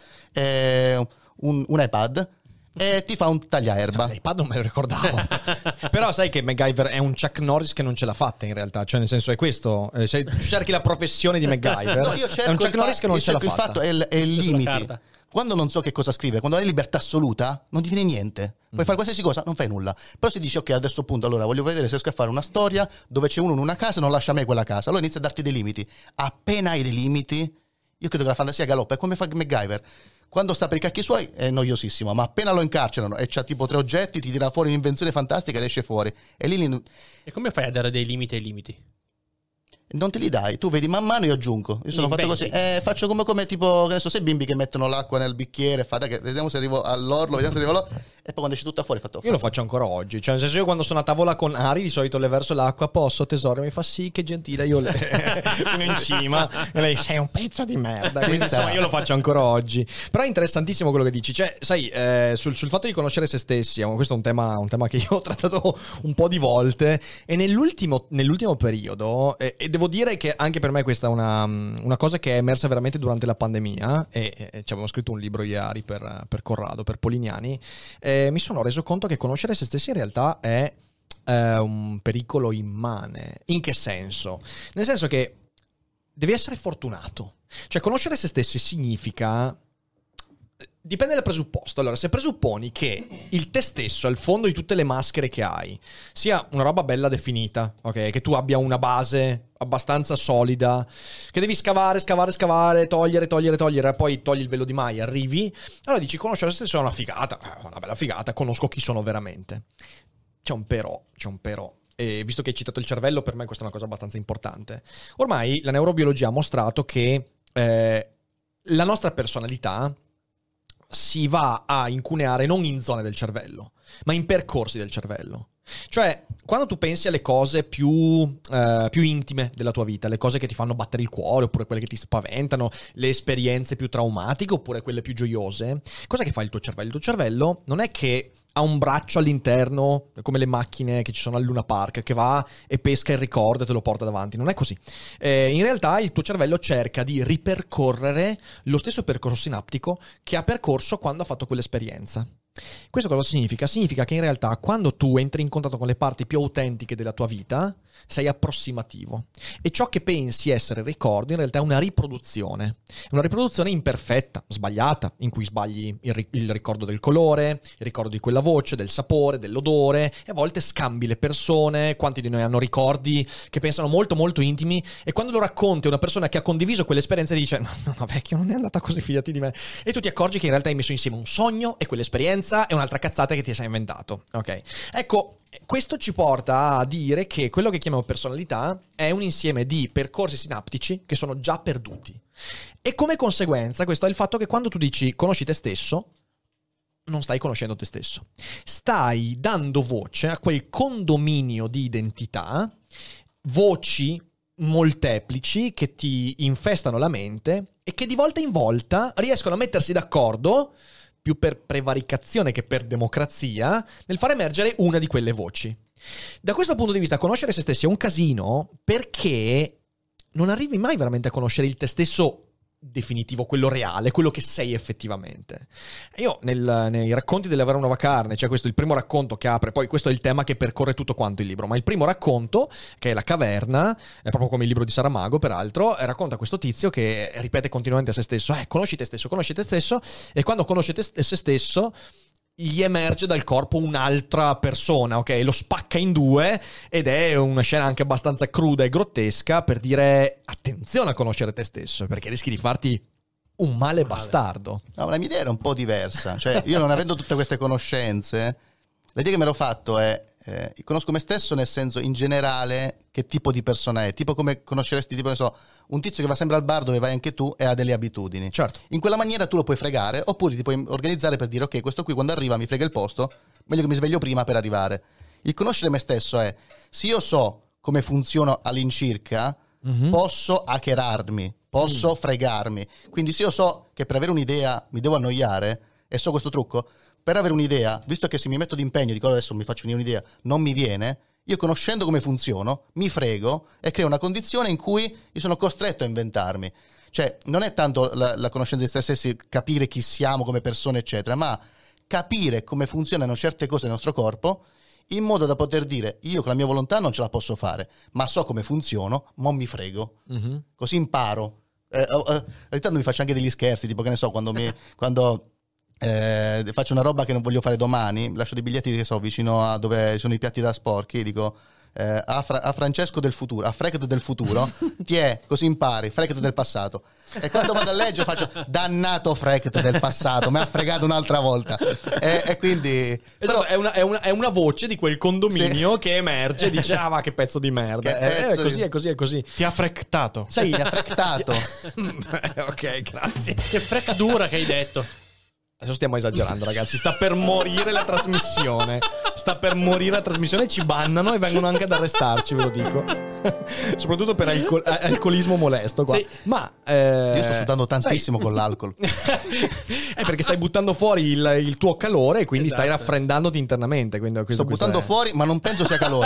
un iPad, e ti fa un tagliaerba. L'iPad non me lo ricordavo. Però sai che MacGyver è un Chuck Norris che non ce l'ha fatta in realtà. Cioè, nel senso, è questo. Se cerchi la professione di MacGyver, no, io cerco è un Chuck Norris che non ce l'ha fatta. Il fatto è il limite. Quando non so che cosa scrivere, quando hai libertà assoluta, non ti viene niente. Puoi fare qualsiasi cosa, non fai nulla. Però se dici: ok, adesso punto, allora voglio vedere se riesco a fare una storia dove c'è uno in una casa e non lascia a me quella casa, allora inizia a darti dei limiti. Appena hai dei limiti, Io credo che la fantasia galoppa, è come fa MacGyver. Quando sta per i cacchi suoi è noiosissimo, ma appena lo incarcerano e c'ha tipo 3 oggetti, ti tira fuori un'invenzione fantastica ed esce fuori. E lì E come fai a dare dei limiti ai limiti? non te li dai, tu vedi man mano io aggiungo. Io sono fatto così, faccio come tipo, che ne so, se bimbi che mettono l'acqua nel bicchiere, fa, dai, vediamo se arrivo all'orlo, vediamo se arrivo all'orlo, e poi quando esce tutta fuori fatto. Io lo faccio ancora oggi, cioè nel senso, io quando sono a tavola con Ari di solito le verso l'acqua, posso tesoro, mi fa sì, che gentile, io le fino in cima e lei sei un pezzo di merda, quindi insomma io lo faccio ancora oggi. Però è interessantissimo quello che dici, cioè sai, sul fatto di conoscere se stessi, questo è un tema che io ho trattato un po' di volte, e nell'ultimo periodo, e devo dire che anche per me questa è una cosa che è emersa veramente durante la pandemia, e ci avevamo scritto un libro ieri per Corrado, per Polignani. Mi sono reso conto che conoscere se stessi in realtà è un pericolo immane. In che senso? Nel senso che devi essere fortunato. Cioè, conoscere se stessi significa... Dipende dal presupposto. Allora, se presupponi che il te stesso, al fondo di tutte le maschere che hai, sia una roba bella definita, ok? Che tu abbia una base abbastanza solida, che devi scavare, togliere, e poi togli il velo di mai, arrivi, allora dici conoscere se stesso è una figata, una bella figata, conosco chi sono veramente. C'è un però. E visto che hai citato il cervello, per me questa è una cosa abbastanza importante. Ormai la neurobiologia ha mostrato che la nostra personalità si va a incuneare non in zone del cervello, ma in percorsi del cervello. Cioè, quando tu pensi alle cose più intime della tua vita, le cose che ti fanno battere il cuore, oppure quelle che ti spaventano, le esperienze più traumatiche, oppure quelle più gioiose, cosa che fa il tuo cervello? Il tuo cervello non è che ha un braccio all'interno, come le macchine che ci sono al Luna Park, che va e pesca il ricordo e te lo porta davanti. Non è così. In realtà il tuo cervello cerca di ripercorrere lo stesso percorso sinaptico che ha percorso quando ha fatto quell'esperienza. Questo cosa significa? Significa che in realtà quando tu entri in contatto con le parti più autentiche della tua vita, sei approssimativo. E ciò che pensi essere ricordo in realtà è una riproduzione. Una riproduzione imperfetta, sbagliata, in cui sbagli il ricordo del colore, il ricordo di quella voce, del sapore, dell'odore, e a volte scambi le persone. Quanti di noi hanno ricordi che pensano molto molto intimi, e quando lo racconti a una persona che ha condiviso quell'esperienza dice no vecchio, non è andata così, fidati di me, e tu ti accorgi che in realtà hai messo insieme un sogno e quell'esperienza e un'altra cazzata che ti sei inventato. Ok, ecco, questo ci porta a dire che quello che chiamiamo personalità è un insieme di percorsi sinaptici che sono già perduti, e come conseguenza questo è il fatto che quando tu dici conosci te stesso, non stai conoscendo te stesso, stai dando voce a quel condominio di identità, voci molteplici che ti infestano la mente e che di volta in volta riescono a mettersi d'accordo, più per prevaricazione che per democrazia, nel far emergere una di quelle voci. Da questo punto di vista, conoscere se stessi è un casino, perché non arrivi mai veramente a conoscere il te stesso definitivo, quello reale, quello che sei effettivamente. Io nei racconti della vera nuova carne, cioè questo è il primo racconto che apre, poi questo è il tema che percorre tutto quanto il libro, ma il primo racconto, che è La caverna, è proprio come il libro di Saramago peraltro, racconta questo tizio che ripete continuamente a se stesso conosci te stesso, e quando conosce se stesso gli emerge dal corpo un'altra persona, ok? Lo spacca in due, ed è una scena anche abbastanza cruda e grottesca per dire attenzione a conoscere te stesso, perché rischi di farti un male bastardo. No, la mia idea era un po' diversa, cioè io non avendo tutte queste conoscenze, l'idea che mi ero fatto è conosco me stesso nel senso in generale che tipo di persona è, tipo come conosceresti tipo ne so un tizio che va sempre al bar dove vai anche tu e ha delle abitudini. Certo. In quella maniera tu lo puoi fregare, oppure ti puoi organizzare per dire ok, questo qui quando arriva mi frega il posto, meglio che mi sveglio prima per arrivare. Il conoscere me stesso è, se io so come funziono all'incirca, posso hackerarmi, posso fregarmi. Quindi se io so che per avere un'idea mi devo annoiare e so questo trucco, per avere un'idea, visto che se mi metto d'impegno, dico adesso mi faccio venire un'idea, non mi viene, io conoscendo come funziono, mi frego e creo una condizione in cui io sono costretto a inventarmi. Cioè, non è tanto la conoscenza di se stessi, capire chi siamo come persone, eccetera, ma capire come funzionano certe cose nel nostro corpo, in modo da poter dire, io con la mia volontà non ce la posso fare, ma so come funziono, mo mi frego. Così imparo. Ogni tanto mi faccio anche degli scherzi, tipo che ne so, quando faccio una roba che non voglio fare domani, lascio dei biglietti che so vicino a dove sono i piatti da sporchi, dico a Francesco del futuro, a Frect del futuro, ti è, così impari, Frect del passato. E quando vado a leggere faccio dannato Frect del passato, mi ha fregato un'altra volta. E quindi esatto, però, è una voce di quel condominio che emerge e dice ah va che pezzo di merda. È così. Ti ha frectato. Sai, mi ha frectato. Ok, grazie. Che frecdura che hai detto. Adesso stiamo esagerando, ragazzi. Sta per morire la trasmissione. Ci bannano e vengono anche ad arrestarci, ve lo dico. Soprattutto per alcolismo molesto qua. Sì. Ma io sto sudando tantissimo con l'alcol. È perché stai buttando fuori il tuo calore e quindi stai raffreddandoti internamente. Quindi sto buttando fuori, ma non penso sia calore.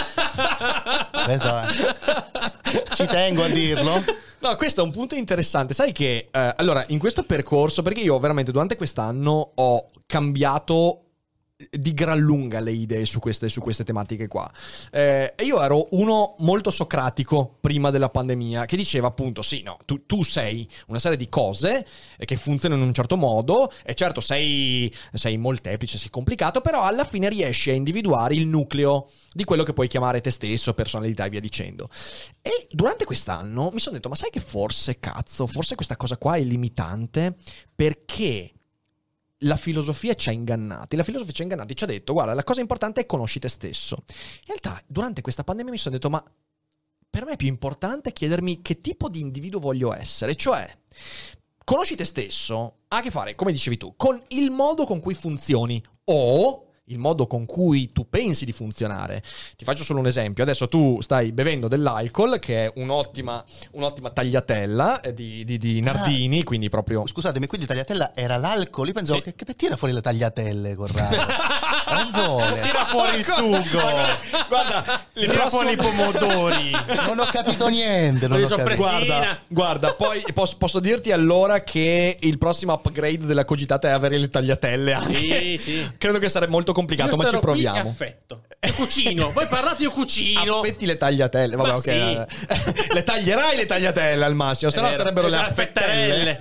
Ci tengo a dirlo. No, questo è un punto interessante. Sai che, allora, in questo percorso, perché io veramente durante quest'anno ho cambiato di gran lunga le idee su queste tematiche qua. Io ero uno molto socratico prima della pandemia, che diceva appunto sì, no, tu sei una serie di cose che funzionano in un certo modo e certo sei molteplice, sei complicato, però alla fine riesci a individuare il nucleo di quello che puoi chiamare te stesso, personalità e via dicendo. E durante quest'anno mi sono detto, ma sai che forse questa cosa qua è limitante, perché la filosofia ci ha ingannati. Ci ha detto, guarda, la cosa importante è conosci te stesso. In realtà, durante questa pandemia mi sono detto, ma per me è più importante chiedermi che tipo di individuo voglio essere. Cioè, conosci te stesso ha a che fare, come dicevi tu, con il modo con cui funzioni o il modo con cui tu pensi di funzionare. Ti faccio solo un esempio. Adesso tu stai bevendo dell'alcol, che è un'ottima tagliatella di Nardini, quindi proprio... Scusatemi, quindi tagliatella era l'alcol? Io pensavo che tira fuori le tagliatelle, Corrado. Non vuole. Tira fuori il sugo. Guarda, tira fuori i pomodori. Non ho capito niente. Guarda, poi posso dirti allora che il prossimo upgrade della cogitata è avere le tagliatelle anche. Sì. Credo che sarebbe molto complicato, io ma ci proviamo. Qui affetto. Io cucino. Voi parlate, io cucino. Affetti le tagliatelle. Vabbè, ok. Sì. Le taglierai le tagliatelle al massimo, se no sarebbero le affettelle.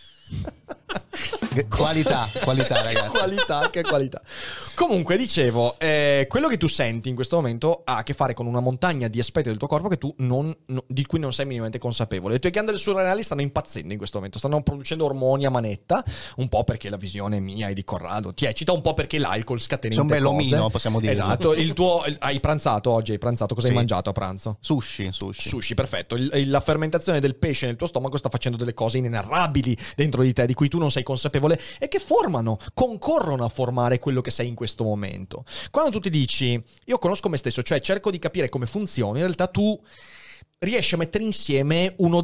Qualità, ragazzi. Che qualità. Comunque, dicevo, quello che tu senti in questo momento ha a che fare con una montagna di aspetti del tuo corpo che tu di cui non sei minimamente consapevole. Le tue ghiandole surrenali stanno impazzendo in questo momento, stanno producendo ormoni a manetta, un po' perché la visione mia e di Corrado ti eccita, un po' perché l'alcol scatena in te cose. C'è un bel omino, possiamo dire. Esatto. Hai pranzato oggi? Cosa hai mangiato a pranzo? Sushi, perfetto. La fermentazione del pesce nel tuo stomaco sta facendo delle cose inenarrabili dentro di te, di cui tu non sei consapevole e che concorrono a formare quello che sei in questo momento. Quando tu ti dici io conosco me stesso, cioè cerco di capire come funzioni, in realtà tu riesci a mettere insieme uno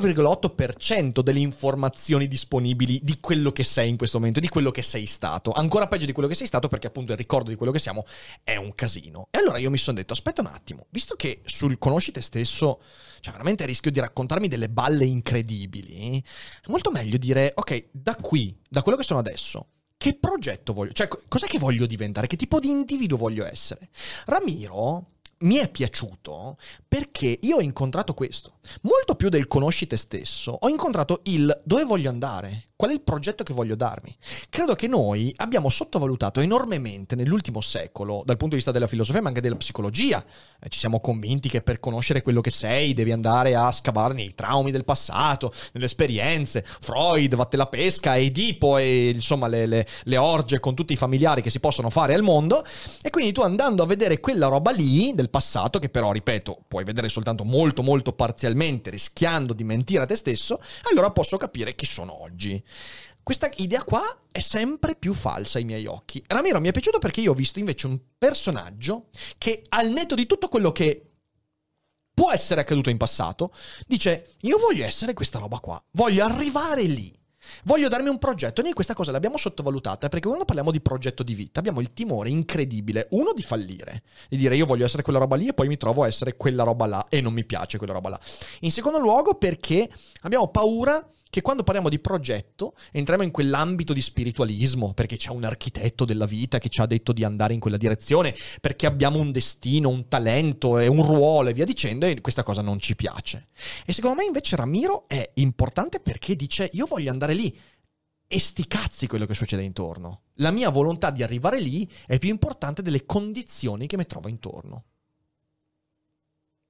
0,8% delle informazioni disponibili di quello che sei in questo momento, di quello che sei stato. Ancora peggio di quello che sei stato, perché appunto il ricordo di quello che siamo è un casino. E allora io mi sono detto, aspetta un attimo, visto che sul conosci te stesso, cioè veramente rischio di raccontarmi delle balle incredibili, è molto meglio dire, ok, da quello che sono adesso, che progetto voglio, cioè cos'è che voglio diventare, che tipo di individuo voglio essere. Ramiro mi è piaciuto perché io ho incontrato questo, molto più del conosci te stesso, ho incontrato il dove voglio andare, qual è il progetto che voglio darmi. Credo che noi abbiamo sottovalutato enormemente nell'ultimo secolo, dal punto di vista della filosofia ma anche della psicologia. Ci siamo convinti che per conoscere quello che sei devi andare a scavare nei traumi del passato, nelle esperienze. Freud, vatte la pesca, Edipo e insomma le orge con tutti i familiari che si possono fare al mondo. E quindi tu, andando a vedere quella roba lì del passato, che però, ripeto, puoi vedere soltanto molto molto parzialmente, rischiando di mentire a te stesso, allora posso capire chi sono oggi. Questa idea qua è sempre più falsa ai miei occhi. Ramiro mi è piaciuto perché io ho visto invece un personaggio che, al netto di tutto quello che può essere accaduto in passato, dice: io voglio essere questa roba qua, voglio arrivare lì, voglio darmi un progetto. Noi questa cosa l'abbiamo sottovalutata, perché quando parliamo di progetto di vita abbiamo il timore incredibile, uno, di fallire, di dire io voglio essere quella roba lì e poi mi trovo a essere quella roba là e non mi piace quella roba là. In secondo luogo perché abbiamo paura che quando parliamo di progetto entriamo in quell'ambito di spiritualismo, perché c'è un architetto della vita che ci ha detto di andare in quella direzione, perché abbiamo un destino, un talento e un ruolo e via dicendo, e questa cosa non ci piace. E secondo me invece Ramiro è importante perché dice: io voglio andare lì e sti cazzi quello che succede intorno. La mia volontà di arrivare lì è più importante delle condizioni che mi trovo intorno.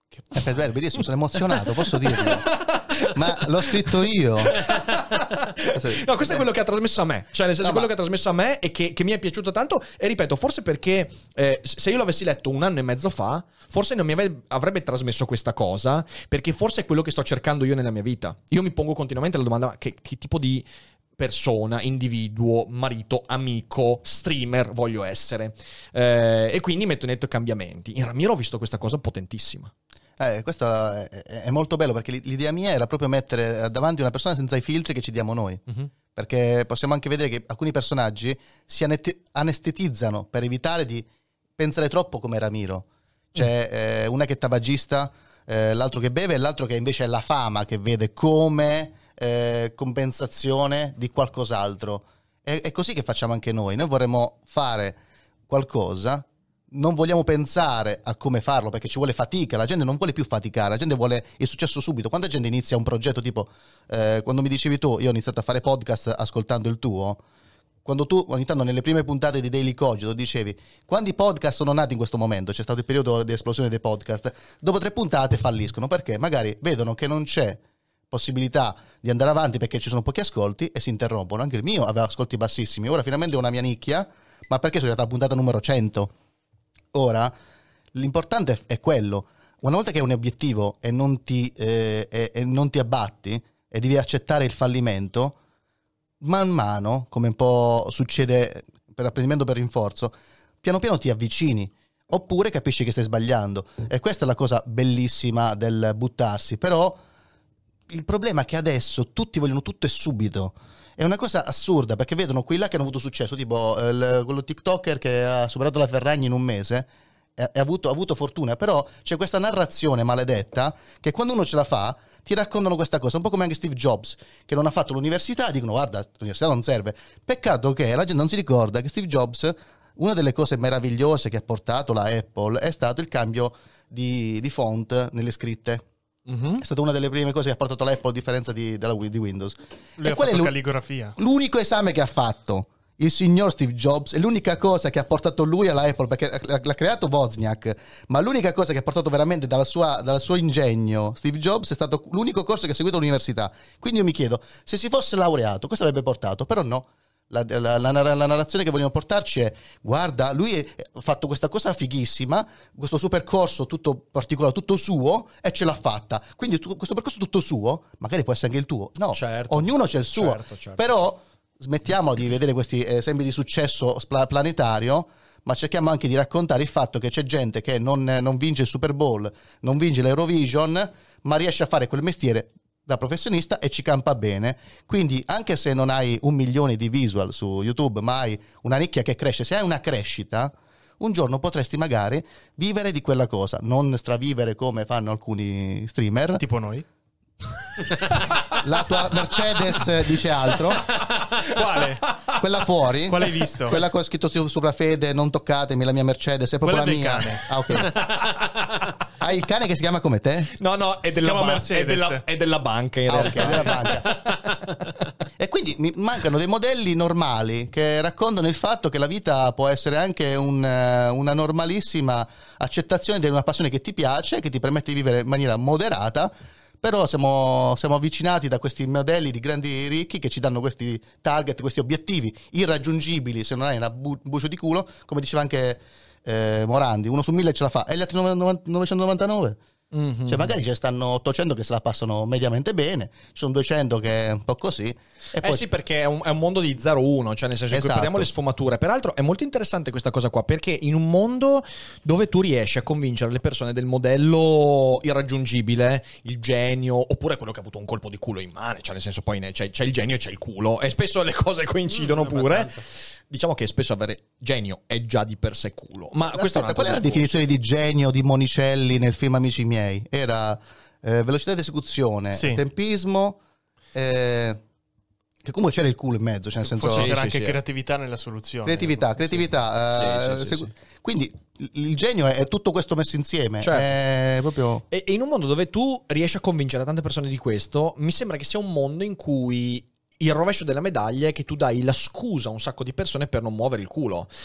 È bellissimo, sono emozionato, posso dirlo. Ma l'ho scritto io. No, questo è quello che ha trasmesso a me. Cioè, nel senso, quello che ha trasmesso a me e che mi è piaciuto tanto. E ripeto, forse perché se io l'avessi letto 1 anno e mezzo fa, forse non mi avrebbe trasmesso questa cosa. Perché forse è quello che sto cercando io nella mia vita. Io mi pongo continuamente la domanda: che tipo di persona, individuo, marito, amico, streamer voglio essere? E quindi metto in netto cambiamenti. In Ramiro ho visto questa cosa potentissima. Questo è molto bello, perché l'idea mia era proprio mettere davanti una persona senza i filtri che ci diamo noi. Perché possiamo anche vedere che alcuni personaggi si anestetizzano per evitare di pensare troppo come Ramiro. C'è una che è tabagista, l'altro che beve e l'altro che invece è la fama che vede come compensazione di qualcos'altro. È così che facciamo anche noi. Noi vorremmo fare qualcosa, non vogliamo pensare a come farlo perché ci vuole fatica. La gente non vuole più faticare, la gente vuole il successo subito. Quanta gente inizia un progetto tipo quando mi dicevi tu, io ho iniziato a fare podcast ascoltando il tuo. Quando tu ogni tanto nelle prime puntate di Daily Cogito dicevi quanti podcast sono nati in questo momento, c'è stato il periodo di esplosione dei podcast, dopo 3 puntate falliscono perché magari vedono che non c'è possibilità di andare avanti perché ci sono pochi ascolti e si interrompono. Anche il mio aveva ascolti bassissimi, ora finalmente ho una mia nicchia, ma perché sono arrivato alla puntata numero 100. Ora l'importante è quello: una volta che hai un obiettivo e non ti abbatti e devi accettare il fallimento, man mano, come un po' succede per apprendimento per rinforzo, piano piano ti avvicini, oppure capisci che stai sbagliando. E questa è la cosa bellissima del buttarsi. Però il problema è che adesso tutti vogliono tutto e subito. È una cosa assurda, perché vedono quelli là che hanno avuto successo, tipo quello TikToker che ha superato la Ferragni in un mese, ha avuto fortuna. Però c'è questa narrazione maledetta che quando uno ce la fa ti raccontano questa cosa, un po' come anche Steve Jobs, che non ha fatto l'università, dicono guarda, l'università non serve. Peccato che la gente non si ricorda che Steve Jobs, una delle cose meravigliose che ha portato la Apple è stato il cambio di font nelle scritte. È stata una delle prime cose che ha portato l'Apple, a differenza di Windows. Lui ha fatto calligrafia. L'unico esame che ha fatto il signor Steve Jobs è l'unica cosa che ha portato lui alla Apple, perché l'ha creato Wozniak, ma l'unica cosa che ha portato veramente dal suo ingegno Steve Jobs è stato l'unico corso che ha seguito all'università. Quindi io mi chiedo, se si fosse laureato, questo avrebbe portato, però no. La narrazione che vogliono portarci è: guarda, lui ha fatto questa cosa fighissima, questo suo percorso tutto particolare, tutto suo, e ce l'ha fatta. Quindi questo percorso tutto suo magari può essere anche il tuo. No, certo, ognuno c'è il suo. Certo. Però smettiamo di vedere questi esempi di successo planetario, ma cerchiamo anche di raccontare il fatto che c'è gente che non vince il Super Bowl, non vince l'Eurovision, ma riesce a fare quel mestiere da professionista e ci campa bene. Quindi anche se non hai 1 milione di visual su YouTube, ma hai una nicchia che cresce, se hai una crescita, un giorno potresti magari vivere di quella cosa, non stravivere come fanno alcuni streamer. Tipo noi. La tua Mercedes dice altro. Quale? Quella fuori. Quale hai visto? Quella con scritto sopra Fede: non toccatemi, la mia Mercedes è proprio quella la mia. Ah, ok. Hai il cane che si chiama come te? No, è della Mercedes. È della banca in realtà. Ok, della banca. E quindi mi mancano dei modelli normali che raccontano il fatto che la vita può essere anche una normalissima accettazione di una passione che ti piace, che ti permette di vivere in maniera moderata. Però siamo avvicinati da questi modelli di grandi ricchi che ci danno questi target, questi obiettivi irraggiungibili se non hai una bucio di culo, come diceva anche Morandi: 1 su 1000 ce la fa, e gli altri 999? Mm-hmm. Cioè magari ce ne stanno 800 che se la passano mediamente bene, ci sono 200 che è un po' così. E poi... sì, perché è un mondo di 0-1, cioè nel senso che prendiamo le sfumature. Peraltro è molto interessante questa cosa qua, perché in un mondo dove tu riesci a convincere le persone del modello irraggiungibile, il genio, oppure quello che ha avuto un colpo di culo in mano, cioè nel senso poi c'è il genio e c'è il culo, e spesso le cose coincidono pure. Abbastanza. Diciamo che spesso avere genio è già di per sé culo. Ma questa qual è la definizione di genio di Monicelli nel film Amici miei? Era velocità di esecuzione, sì, tempismo, che comunque c'era il culo in mezzo, cioè nel senso, forse c'era anche creatività nella soluzione. Creatività. Sì. Quindi il genio è tutto questo messo insieme. Certo. È proprio... E in un mondo dove tu riesci a convincere tante persone di questo, mi sembra che sia un mondo in cui il rovescio della medaglia è che tu dai la scusa a un sacco di persone per non muovere il culo.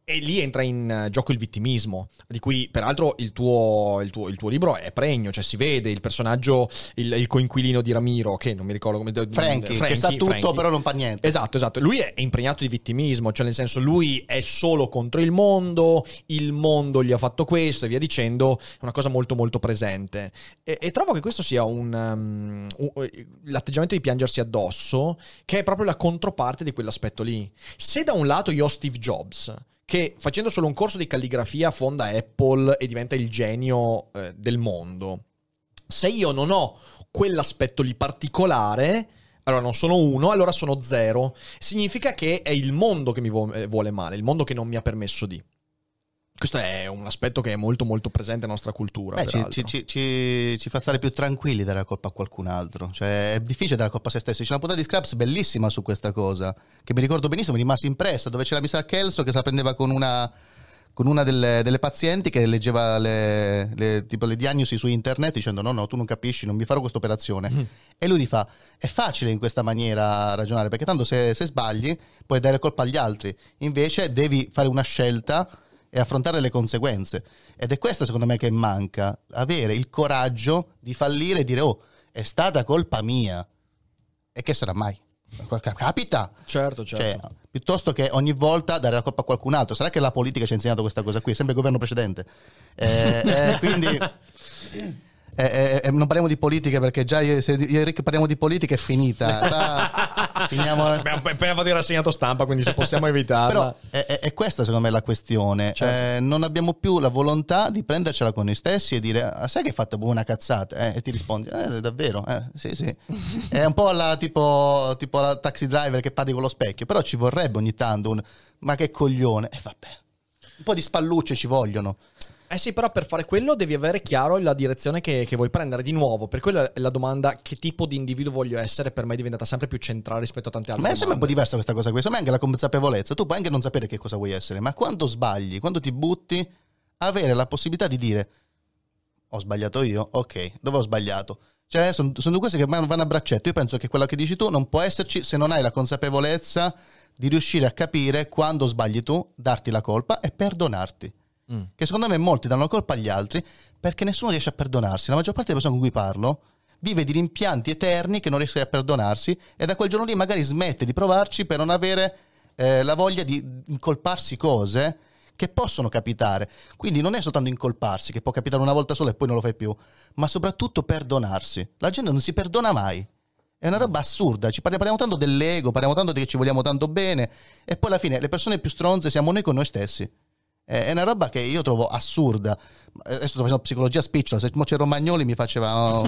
E lì entra in gioco il vittimismo, di cui peraltro il tuo libro è pregno, cioè si vede il personaggio, il coinquilino di Ramiro, che non mi ricordo come... Frankie, che sa tutto Frankie. però non fa niente. Esatto, lui è impregnato di vittimismo, cioè nel senso lui è solo contro il mondo gli ha fatto questo e via dicendo, è una cosa molto molto presente. E trovo che questo sia l'atteggiamento di piangersi addosso, che è proprio la controparte di quell'aspetto lì. Se da un lato io ho Steve Jobs, che facendo solo un corso di calligrafia fonda Apple e diventa il genio del mondo, se io non ho quell'aspetto lì particolare, allora non sono 1, allora sono 0. Significa che è il mondo che mi vuole male, il mondo che non mi ha permesso di. Questo è un aspetto che è molto molto presente nella nostra cultura. Ci fa stare più tranquilli dare la colpa a qualcun altro. Cioè è difficile dare la colpa a se stessi. C'è una puntata di Scraps bellissima su questa cosa, che mi ricordo benissimo, mi rimase impressa, dove c'era Mr. Kelso che se la prendeva con una delle pazienti che leggeva tipo le diagnosi su internet dicendo no, tu non capisci, non mi farò questa operazione. E lui gli fa: è facile in questa maniera ragionare, perché tanto se sbagli puoi dare colpa agli altri, invece devi fare una scelta e affrontare le conseguenze. Ed è questo secondo me che manca, avere il coraggio di fallire e dire è stata colpa mia. E che sarà mai? Capita. Certo. Cioè, piuttosto che ogni volta dare la colpa a qualcun altro. Sarà che la politica ci ha insegnato questa cosa qui, sempre il governo precedente. Quindi non parliamo di politica, perché già se io e Rick parliamo di politica è finita. Finiamo... Abbiamo appena fatto il rassegnato stampa, quindi se possiamo evitarla. Però è questa secondo me la questione. Certo. Non abbiamo più la volontà di prendercela con noi stessi e dire sai che hai fatto una cazzata? E ti rispondi davvero? Sì. È un po' tipo la taxi driver che parli con lo specchio, però ci vorrebbe ogni tanto ma che coglione. Vabbè, un po' di spallucce ci vogliono. Sì, però per fare quello devi avere chiaro la direzione che vuoi prendere. Di nuovo, per quella è la domanda: che tipo di individuo voglio essere? Per me è diventata sempre più centrale rispetto a tante altre domande. Ma è sempre un po' diversa questa cosa qui. Secondo me anche la consapevolezza. Tu puoi anche non sapere che cosa vuoi essere, ma quando sbagli, quando ti butti, avere la possibilità di dire ho sbagliato io, ok, dove ho sbagliato? Cioè sono due cose che vanno a braccetto. Io penso che quello che dici tu non può esserci se non hai la consapevolezza di riuscire a capire quando sbagli tu, darti la colpa e perdonarti. Che secondo me molti danno la colpa agli altri perché nessuno riesce a perdonarsi. La maggior parte delle persone con cui parlo vive di rimpianti eterni che non riesce a perdonarsi, e da quel giorno lì magari smette di provarci per non avere la voglia di incolparsi cose che possono capitare. Quindi non è soltanto incolparsi, che può capitare una volta sola e poi non lo fai più, ma soprattutto perdonarsi. La gente non si perdona mai. È una roba assurda, parliamo tanto dell'ego, parliamo tanto di che ci vogliamo tanto bene, e poi alla fine le persone più stronze siamo noi con noi stessi. È una roba che io trovo assurda. Adesso sto facendo psicologia spicciolo, se c'è Romagnoli mi faceva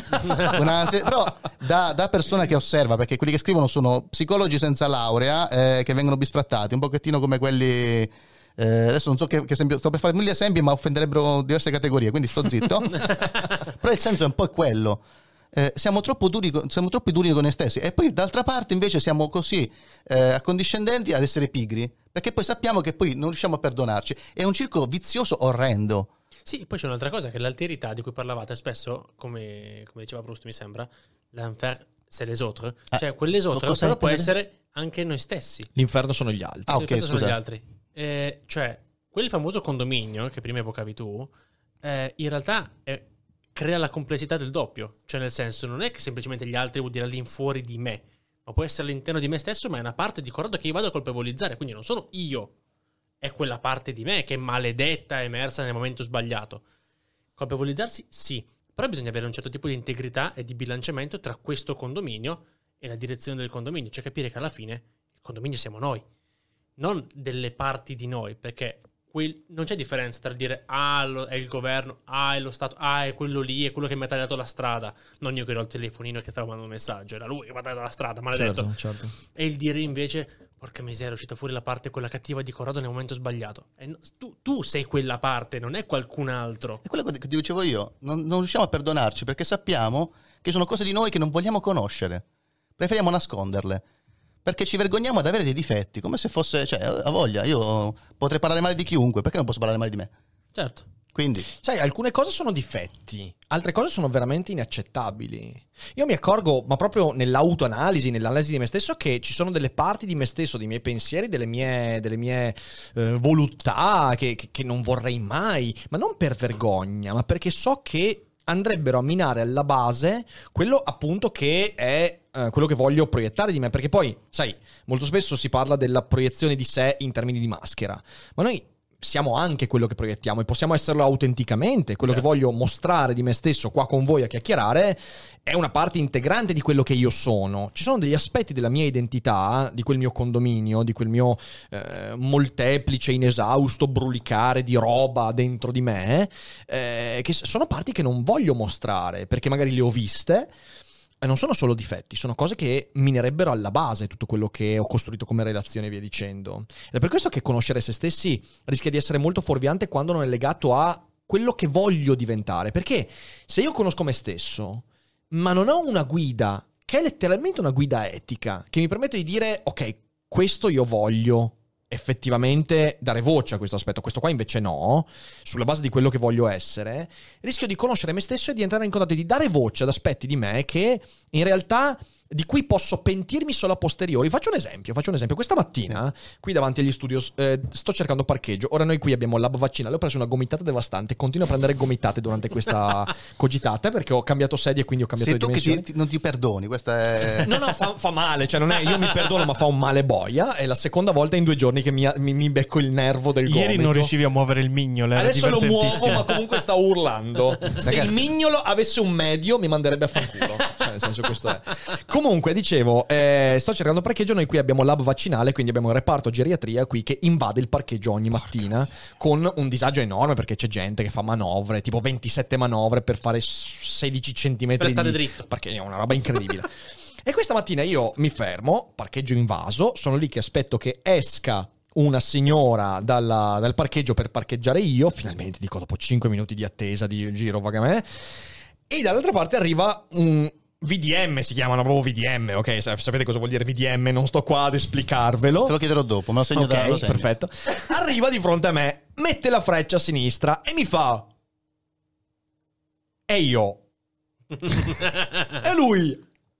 però da persona che osserva, perché quelli che scrivono sono psicologi senza laurea, che vengono bisfrattati, un pochettino come quelli adesso non so che esempio, sto per fare mille esempi ma offenderebbero diverse categorie, quindi sto zitto. Però il senso è un po' quello. Siamo troppi duri con noi stessi, e poi d'altra parte invece siamo così accondiscendenti ad essere pigri, perché poi sappiamo che poi non riusciamo a perdonarci. È un circolo vizioso orrendo. Sì, poi c'è un'altra cosa, che l'alterità di cui parlavate spesso, come diceva Proust mi sembra, l'enfer c'est les autres, cioè quelles autres però può essere anche noi stessi. L'inferno sono gli altri. Ok, scusa. Sono gli altri. Cioè quel famoso condominio che prima evocavi tu, in realtà crea la complessità del doppio. Cioè nel senso, non è che semplicemente gli altri vuol dire all'infuori di me, ma può essere all'interno di me stesso, ma è una parte di Corrado che io vado a colpevolizzare. Quindi non sono io, è quella parte di me che è maledetta, è emersa nel momento sbagliato. Colpevolizzarsi sì, però bisogna avere un certo tipo di integrità e di bilanciamento tra questo condominio e la direzione del condominio. Cioè capire che alla fine il condominio siamo noi, non delle parti di noi, perché non c'è differenza tra dire è il governo, è lo Stato, è quello lì, è quello che mi ha tagliato la strada, non io che ero al telefonino che stava mandando un messaggio, era lui che mi ha tagliato la strada, maledetto. Certo. E il dire invece porca miseria, è uscita fuori la parte quella cattiva di Corrado nel momento sbagliato, tu sei quella parte, non è qualcun altro. È quello che ti dicevo io, non riusciamo a perdonarci perché sappiamo che sono cose di noi che non vogliamo conoscere, preferiamo nasconderle perché ci vergogniamo ad avere dei difetti, come se fosse, cioè, a voglia, io potrei parlare male di chiunque, perché non posso parlare male di me? Certo. Quindi, sai, alcune cose sono difetti, altre cose sono veramente inaccettabili. Io mi accorgo, ma proprio nell'autoanalisi, nell'analisi di me stesso, che ci sono delle parti di me stesso, dei miei pensieri, delle mie voluttà che non vorrei mai, ma non per vergogna, ma perché so che andrebbero a minare alla base quello appunto che è quello che voglio proiettare di me, perché poi, sai, molto spesso si parla della proiezione di sé in termini di maschera, ma noi siamo anche quello che proiettiamo e possiamo esserlo autenticamente. Quello che voglio mostrare di me stesso qua con voi a chiacchierare è una parte integrante di quello che io sono. Ci sono degli aspetti della mia identità, di quel mio condominio, di quel mio molteplice, inesausto brulicare di roba dentro di me, che sono parti che non voglio mostrare perché magari le ho viste. E non sono solo difetti, sono cose che minerebbero alla base tutto quello che ho costruito come relazione e via dicendo. Ed è per questo che conoscere se stessi rischia di essere molto fuorviante quando non è legato a quello che voglio diventare. Perché se io conosco me stesso, ma non ho una guida, che è letteralmente una guida etica, che mi permette di dire, ok, questo io voglio effettivamente dare voce a questo aspetto, questo qua invece no, sulla base di quello che voglio essere, rischio di conoscere me stesso e di entrare in contatto e di dare voce ad aspetti di me che in realtà di cui posso pentirmi solo a posteriori. Faccio un esempio. Questa mattina, qui davanti agli studios, sto cercando parcheggio. Ora noi qui abbiamo il lab vaccinale. Ho preso una gomitata devastante. Continuo a prendere gomitate durante questa cogitata perché ho cambiato sedie e quindi ho cambiato le dimensioni. Se tu che non ti perdoni, questa è... No, fa male. Cioè non è io mi perdono, ma fa un male boia. È la seconda volta in 2 giorni che mi becco il nervo del gomito. Ieri non riuscivi a muovere il mignolo. Adesso lo muovo, ma comunque sta urlando. Se il mignolo avesse un medio mi manderebbe a fanculo. Cioè, nel senso, questo è. Comunque, dicevo, sto cercando parcheggio. Noi qui abbiamo lab vaccinale, quindi abbiamo un reparto geriatria qui che invade il parcheggio ogni mattina con un disagio enorme perché c'è gente che fa manovre, tipo 27 manovre per fare 16 centimetri per stare dritto. Perché è una roba incredibile. E questa mattina io mi fermo, parcheggio invaso, sono lì che aspetto che esca una signora dal parcheggio per parcheggiare io, finalmente, dico, dopo 5 minuti di attesa, di giro vagamente, e dall'altra parte arriva un VDM, si chiamano proprio VDM, ok? Sapete cosa vuol dire VDM? Non sto qua ad esplicarvelo. Te lo chiederò dopo, me lo segno da lo segno. Perfetto. Arriva di fronte a me, mette la freccia a sinistra e mi fa... E io... e lui...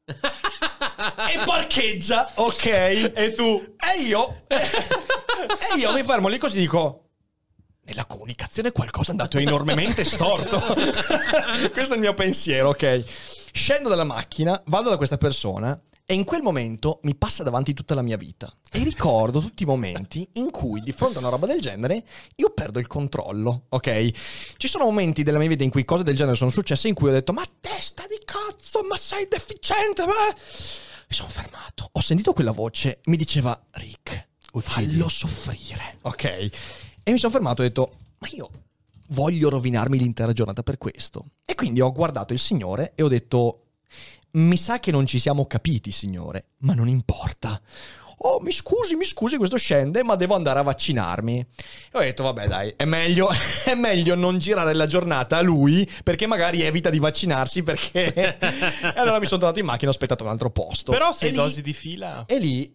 e parcheggia, ok? E tu? E io mi fermo lì così, dico... Nella comunicazione qualcosa è andato enormemente storto. Questo è il mio pensiero, ok? Scendo dalla macchina, vado da questa persona e in quel momento mi passa davanti tutta la mia vita. E ricordo tutti i momenti in cui di fronte a una roba del genere io perdo il controllo, ok? Ci sono momenti della mia vita in cui cose del genere sono successe in cui ho detto ma testa di cazzo, ma sei deficiente, beh! Mi sono fermato, ho sentito quella voce, mi diceva Rick, fallo soffrire, ok? E mi sono fermato e ho detto, ma io voglio rovinarmi l'intera giornata per questo. E quindi ho guardato il signore e ho detto, mi sa che non ci siamo capiti, signore, ma non importa. Oh, mi scusi, questo scende, ma devo andare a vaccinarmi. E ho detto, vabbè dai, è meglio non girare la giornata a lui, perché magari evita di vaccinarsi, perché... E allora mi sono tornato in macchina e ho aspettato un altro posto. Però 6 dosi di fila... E lì...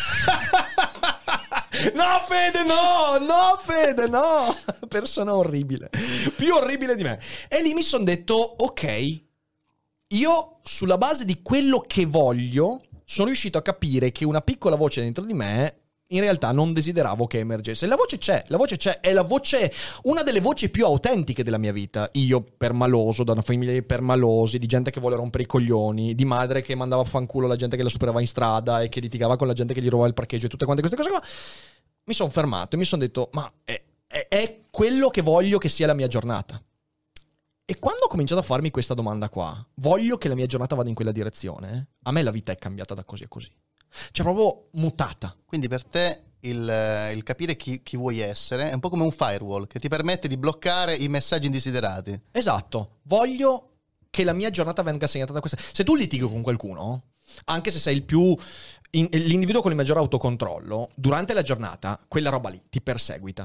No, Fede, no. Persona orribile. Più orribile di me. E lì mi sono detto, ok, io sulla base di quello che voglio sono riuscito a capire che una piccola voce dentro di me in realtà non desideravo che emergesse. La voce c'è, è una delle voci più autentiche della mia vita. Io permaloso, da una famiglia di permalosi, di gente che vuole rompere i coglioni, di madre che mandava a fanculo la gente che la superava in strada e che litigava con la gente che gli rubava il parcheggio e tutte quante queste cose qua. Mi sono fermato e mi sono detto, ma è quello che voglio che sia la mia giornata. E quando ho cominciato a farmi questa domanda qua, voglio che la mia giornata vada in quella direzione, a me la vita è cambiata da così a così. Cioè proprio mutata. Quindi per te il capire chi vuoi essere è un po' come un firewall che ti permette di bloccare i messaggi indesiderati. Esatto. Voglio che la mia giornata venga segnata da questa. Se tu litighi con qualcuno, anche se sei l'individuo con il maggior autocontrollo, durante la giornata quella roba lì ti perseguita.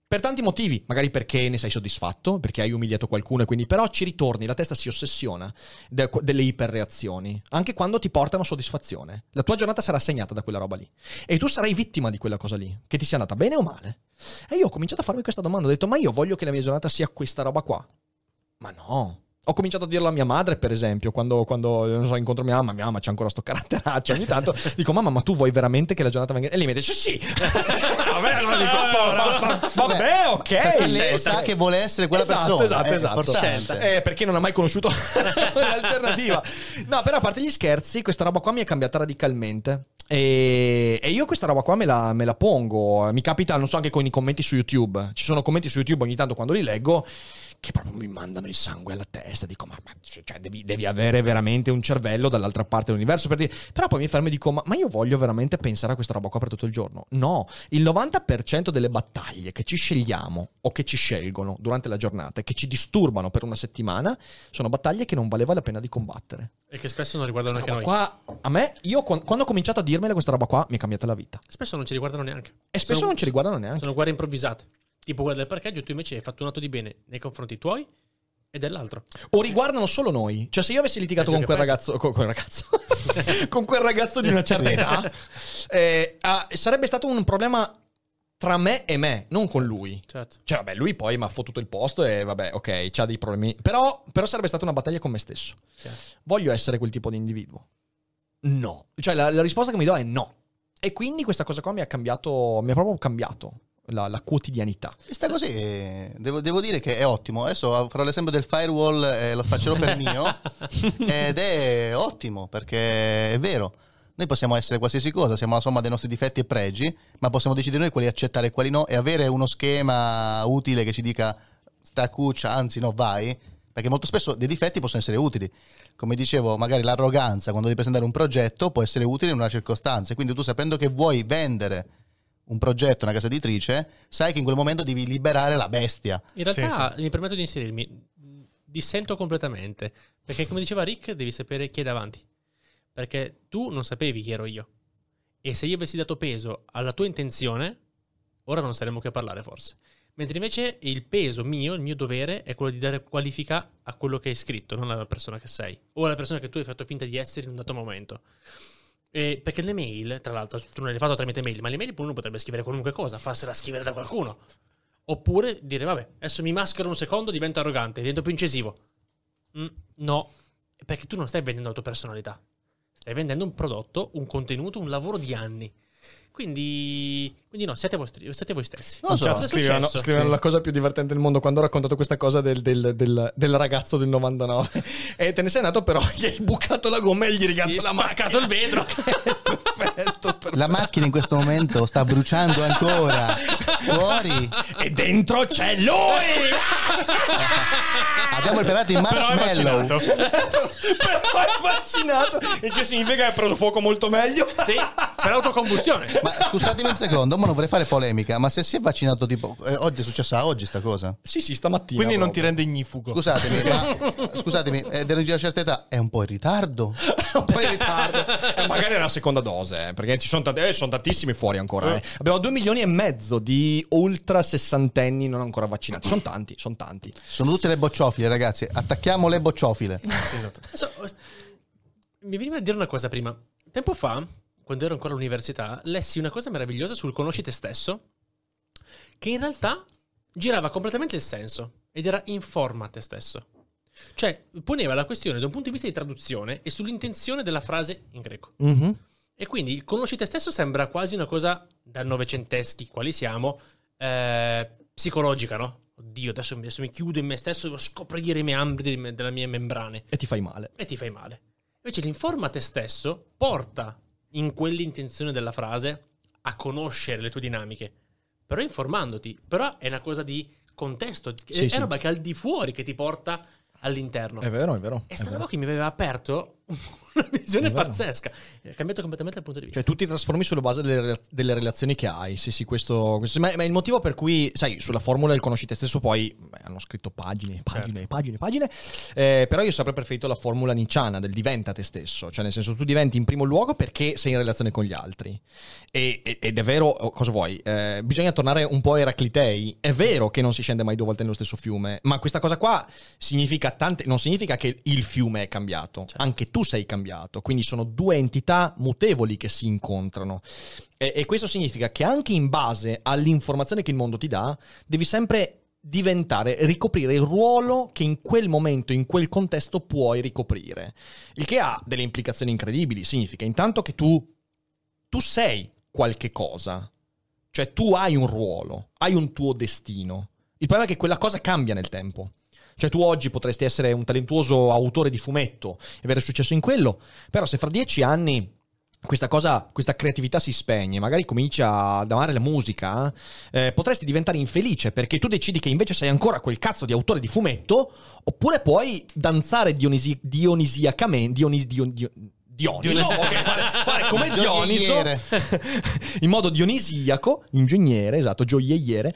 Per tanti motivi, magari perché ne sei soddisfatto, perché hai umiliato qualcuno e quindi però ci ritorni, la testa si ossessiona delle iperreazioni, anche quando ti portano soddisfazione. La tua giornata sarà segnata da quella roba lì e tu sarai vittima di quella cosa lì, che ti sia andata bene o male. E io ho cominciato a farmi questa domanda, ho detto ma io voglio che la mia giornata sia questa roba qua? Ma no. Ho cominciato a dirlo a mia madre, per esempio, quando non so, incontro mia mamma c'è ancora sto caratteraccio, ogni tanto dico mamma, ma tu vuoi veramente che la giornata venga? E lei mi dice sì. Vabbè, allora dico, vabbè, ok. Lei sa che vuole essere quella persona. Esatto. Perché non ha mai conosciuto l'alternativa. No, però a parte gli scherzi, questa roba qua mi è cambiata radicalmente. E io questa roba qua me la pongo. Mi capita, non so, anche con i commenti su YouTube. Ci sono commenti su YouTube ogni tanto quando li leggo che proprio mi mandano il sangue alla testa. Dico ma cioè, devi avere veramente un cervello dall'altra parte dell'universo per dire. Però poi mi fermo e dico ma io voglio veramente pensare a questa roba qua per tutto il giorno? No, il 90% delle battaglie che ci scegliamo o che ci scelgono durante la giornata e che ci disturbano per una settimana sono battaglie che non valeva la pena di combattere. E che spesso non riguardano neanche noi. Qua, a me, io quando ho cominciato a dirmela questa roba qua mi è cambiata la vita. Spesso non ci riguardano neanche. E spesso non ci riguardano neanche. Sono guerre improvvisate. Tipo quella del parcheggio, tu invece hai fatto un atto di bene nei confronti tuoi e dell'altro. O riguardano solo noi. Cioè se io avessi litigato con quel ragazzo con quel ragazzo di una certa età sarebbe stato un problema tra me e me, non con lui. Certo. Cioè vabbè, lui poi mi ha fottuto il posto e vabbè, ok, c'ha dei problemi. Però sarebbe stata una battaglia con me stesso. Certo. Voglio essere quel tipo di individuo? No. Cioè la risposta che mi do è no. E quindi questa cosa qua mi ha proprio cambiato la quotidianità. Sta così, devo dire che è ottimo. Adesso farò l'esempio del firewall e lo faccerò per mio ed è ottimo perché è vero. Noi possiamo essere qualsiasi cosa, siamo la somma dei nostri difetti e pregi, ma possiamo decidere noi quali accettare e quali no e avere uno schema utile che ci dica sta cuccia, anzi no, vai, perché molto spesso dei difetti possono essere utili. Come dicevo, magari l'arroganza quando devi presentare un progetto può essere utile in una circostanza, quindi tu sapendo che vuoi vendere un progetto, una casa editrice, sai che in quel momento devi liberare la bestia. In realtà mi permetto di inserirmi, dissento completamente, perché come diceva Rick devi sapere chi è davanti, perché tu non sapevi chi ero io e se io avessi dato peso alla tua intenzione ora non saremmo qui a parlare forse, mentre invece il peso mio, il mio dovere è quello di dare qualifica a quello che hai scritto, non alla persona che sei o alla persona che tu hai fatto finta di essere in un dato momento. Perché le mail, tra l'altro, tu non le hai fatto tramite mail, ma le mail uno potrebbe scrivere qualunque cosa, farsela scrivere da qualcuno. Oppure dire, vabbè, adesso mi maschero un secondo, divento arrogante, divento più incisivo. No, perché tu non stai vendendo la tua personalità. Stai vendendo un prodotto, un contenuto, un lavoro di anni. Quindi no, siate voi stessi. Non so, scrivevano la cosa più divertente del mondo quando ho raccontato questa cosa del ragazzo del 99 e te ne sei andato, però gli hai bucato la gomma e gli hai rigato la macchina, il vetro. Perfetto. La macchina in questo momento sta bruciando ancora fuori e dentro c'è lui. Abbiamo preparato i marshmallow. Però è vaccinato, il che significa che ha preso fuoco molto meglio. Sì, per autocombustione. Ma scusatemi un secondo, ma non vorrei fare polemica, ma se si è vaccinato tipo oggi è successa oggi sta cosa? Sì, stamattina. Quindi non proprio. ti rende ignifugo. Scusatemi, di una certa età è un po' in ritardo. Un po' in ritardo. Magari è la seconda dose, perché ci sono tantissimi fuori ancora. Abbiamo 2,5 milioni di ultra sessantenni non ancora vaccinati. Sono tanti. Sono tutte le bocciofile, ragazzi. Attacchiamo le bocciofile. Esatto. Adesso, mi veniva a dire una cosa prima. Tempo fa, quando ero ancora all'università, lessi una cosa meravigliosa sul conosci te stesso, che in realtà girava completamente il senso, ed era informa te stesso. Cioè, poneva la questione da un punto di vista di traduzione e sull'intenzione della frase in greco. Mm-hmm. E quindi il conosci te stesso sembra quasi una cosa, da novecenteschi quali siamo, psicologica, no? Oddio, adesso mi chiudo in me stesso, devo scoprire i meandri della mia membrane. E ti fai male. Invece l'informa te stesso porta in quell'intenzione della frase a conoscere le tue dinamiche, però informandoti. Però è una cosa di contesto, è roba che al di fuori che ti porta all'interno. È vero. E sta roba che mi aveva aperto una visione pazzesca. È cambiato completamente il punto di vista. Cioè tu ti trasformi sulla base delle relazioni che hai. Sì, questo ma è il motivo per cui, sai, sulla formula del conosci te stesso poi hanno scritto pagine. Però io ho sempre preferito la formula nicciana del diventa te stesso. Cioè nel senso, tu diventi in primo luogo perché sei in relazione con gli altri. Ed è vero, cosa vuoi? Bisogna tornare un po' ai Eraclitei. È vero che non si scende mai due volte nello stesso fiume, ma questa cosa qua non significa che il fiume è cambiato. Certo. Anche tu sei cambiato, quindi sono due entità mutevoli che si incontrano e questo significa che anche in base all'informazione che il mondo ti dà devi sempre ricoprire il ruolo che in quel momento, in quel contesto puoi ricoprire, il che ha delle implicazioni incredibili. Significa intanto che tu sei qualche cosa, cioè tu hai un ruolo, hai un tuo destino. Il problema è che quella cosa cambia nel tempo. Cioè tu oggi potresti essere un talentuoso autore di fumetto e avere successo in quello, però se fra 10 anni questa creatività si spegne, magari cominci ad amare la musica, potresti diventare infelice perché tu decidi che invece sei ancora quel cazzo di autore di fumetto, oppure puoi danzare dionisiacamente, fare come Dioniso in modo dionisiaco, ingegnere, esatto, gioielliere.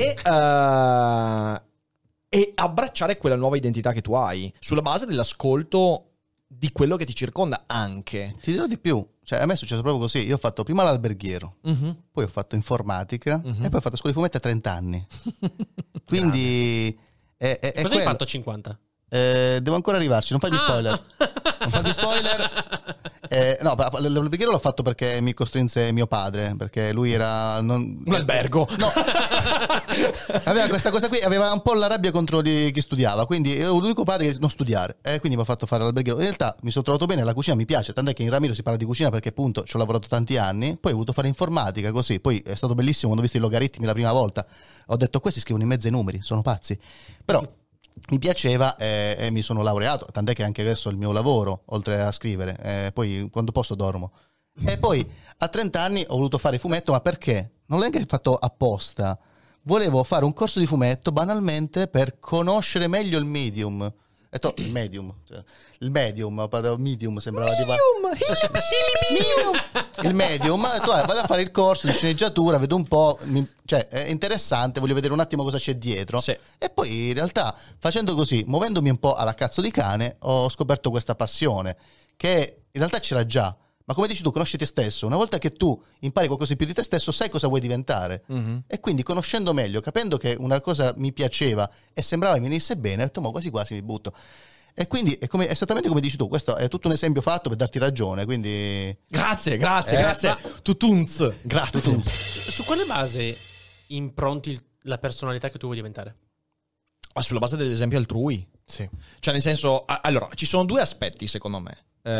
E abbracciare quella nuova identità che tu hai sulla base dell'ascolto di quello che ti circonda anche. Ti dirò di più, cioè a me è successo proprio così. Io ho fatto prima l'alberghiero, poi ho fatto informatica e poi ho fatto scuola di fumetti a 30 anni. Quindi cosa hai fatto a 50? Devo ancora arrivarci, non farmi spoiler. Non farmi spoiler. No, l'alberghiero l'ho fatto perché mi costrinse mio padre, perché lui era un albergo. No. Aveva questa cosa qui, aveva un po' la rabbia contro chi studiava, quindi ero l'unico padre che non studiare, quindi mi ha fatto fare l'alberghiero. In realtà mi sono trovato bene, la cucina mi piace, tant'è che in Ramiro si parla di cucina perché appunto ci ho lavorato tanti anni, poi ho voluto fare informatica così, poi è stato bellissimo quando ho visto i logaritmi la prima volta, ho detto questi scrivono in mezzo ai numeri, sono pazzi, però mi piaceva e mi sono laureato, tant'è che anche adesso è il mio lavoro, oltre a scrivere, poi quando posso dormo. E poi a 30 anni ho voluto fare fumetto, ma perché? Non l'ho neanche fatto apposta, volevo fare un corso di fumetto banalmente per conoscere meglio il medium. Il medium sembrava il medium, vado a fare il corso di sceneggiatura, vedo un po', cioè è interessante, voglio vedere un attimo cosa c'è dietro, sì. E poi in realtà facendo così, muovendomi un po' alla cazzo di cane, ho scoperto questa passione che in realtà c'era già, ma come dici tu, conosci te stesso. Una volta che tu impari qualcosa di più di te stesso, sai cosa vuoi diventare. E quindi conoscendo meglio, capendo che una cosa mi piaceva e sembrava mi venisse bene, ho detto ma quasi quasi mi butto. E quindi è esattamente come dici tu, questo è tutto un esempio fatto per darti ragione, quindi grazie. Tutunz, grazie. Su quale base impronti la personalità che tu vuoi diventare? Sulla base dell'esempio altrui. Sì. Cioè nel senso, allora, ci sono due aspetti secondo me.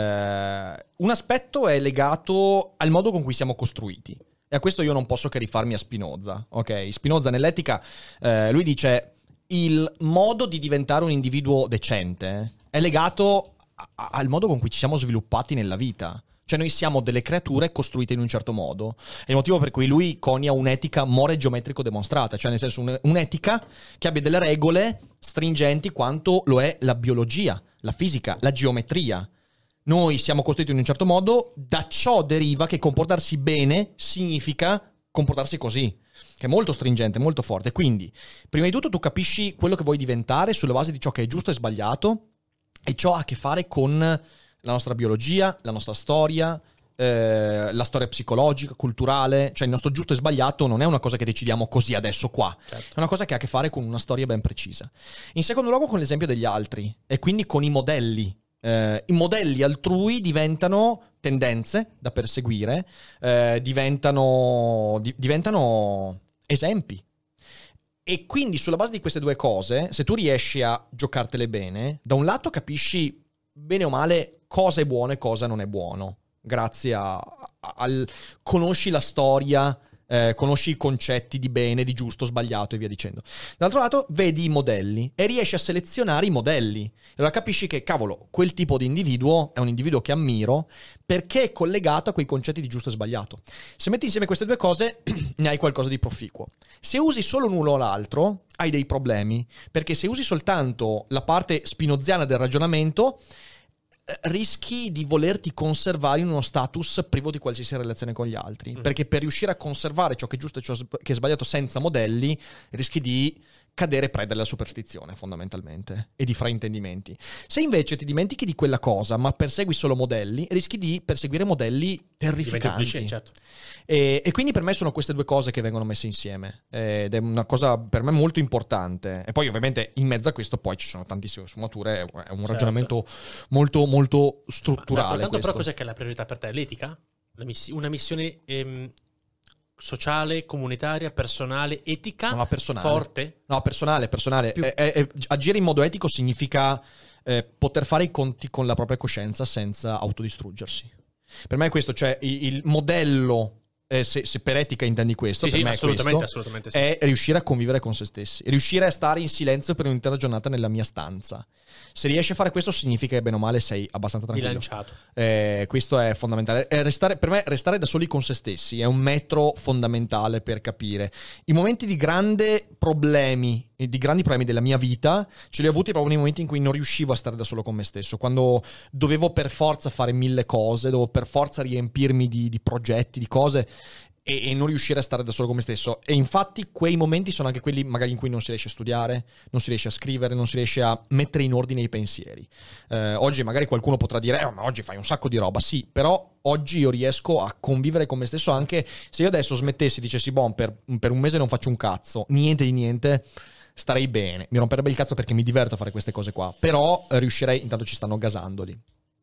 Un aspetto è legato al modo con cui siamo costruiti, e a questo io non posso che rifarmi a Spinoza. Ok, Spinoza nell'Etica lui dice il modo di diventare un individuo decente è legato al modo con cui ci siamo sviluppati nella vita. Cioè noi siamo delle creature costruite in un certo modo. È il motivo per cui lui conia un'etica more geometrico demonstrata, cioè nel senso un'etica che abbia delle regole stringenti quanto lo è la biologia, la fisica, la geometria. Noi siamo costruiti in un certo modo, da ciò deriva che comportarsi bene significa comportarsi così, che è molto stringente, molto forte. Quindi, prima di tutto tu capisci quello che vuoi diventare sulla base di ciò che è giusto e sbagliato, e ciò ha a che fare con la nostra biologia, la nostra storia, la storia psicologica, culturale. Cioè il nostro giusto e sbagliato non è una cosa che decidiamo così adesso qua, certo. È una cosa che ha a che fare con una storia ben precisa. In secondo luogo con l'esempio degli altri, e quindi con i modelli. I modelli altrui diventano tendenze da perseguire, diventano esempi. E quindi sulla base di queste due cose, se tu riesci a giocartele bene, da un lato capisci bene o male cosa è buono e cosa non è buono, grazie al conosci la storia, conosci i concetti di bene, di giusto, sbagliato e via dicendo. Dall'altro lato vedi i modelli e riesci a selezionare i modelli. Allora capisci che, cavolo, quel tipo di individuo è un individuo che ammiro perché è collegato a quei concetti di giusto e sbagliato. Se metti insieme queste due cose ne hai qualcosa di proficuo. Se usi solo l'uno o l'altro hai dei problemi, perché se usi soltanto la parte spinoziana del ragionamento rischi di volerti conservare in uno status privo di qualsiasi relazione con gli altri. Perché per riuscire a conservare ciò che è giusto e ciò che è sbagliato senza modelli, rischi di cadere preda della superstizione, fondamentalmente, e di fraintendimenti. Se invece ti dimentichi di quella cosa, ma persegui solo modelli, rischi di perseguire modelli terrificanti. Cliché, certo. E quindi per me sono queste due cose che vengono messe insieme. Ed è una cosa per me molto importante. E poi ovviamente in mezzo a questo poi ci sono tantissime sfumature, è un ragionamento molto, molto strutturale. Tanto questo. però cos'è che è la priorità per te? L'etica? Una missione sociale, comunitaria, personale, etica, No, personale. forte? No, personale. Agire in modo etico significa poter fare i conti con la propria coscienza senza autodistruggersi. Per me è questo, cioè il modello, se per etica intendi questo, per me assolutamente sì. È riuscire a convivere con se stessi, riuscire a stare in silenzio per un'intera giornata nella mia stanza. Se riesci a fare questo significa che bene o male sei abbastanza tranquillo. Bilanciato. Questo è fondamentale. Per me restare da soli con se stessi è un metro fondamentale per capire. I momenti di grandi problemi della mia vita ce li ho avuti proprio nei momenti in cui non riuscivo a stare da solo con me stesso, quando dovevo per forza fare 1000 cose, dovevo per forza riempirmi di progetti, di cose, e non riuscire a stare da solo con me stesso. E infatti quei momenti sono anche quelli magari in cui non si riesce a studiare, non si riesce a scrivere, non si riesce a mettere in ordine i pensieri. Oggi magari qualcuno potrà dire ma oggi fai un sacco di roba. Sì, però oggi io riesco a convivere con me stesso, anche se io adesso smettessi, dicessi per un mese non faccio un cazzo, niente di niente, starei bene. Mi romperebbe il cazzo perché mi diverto a fare queste cose qua, però riuscirei. Intanto ci stanno gasandoli.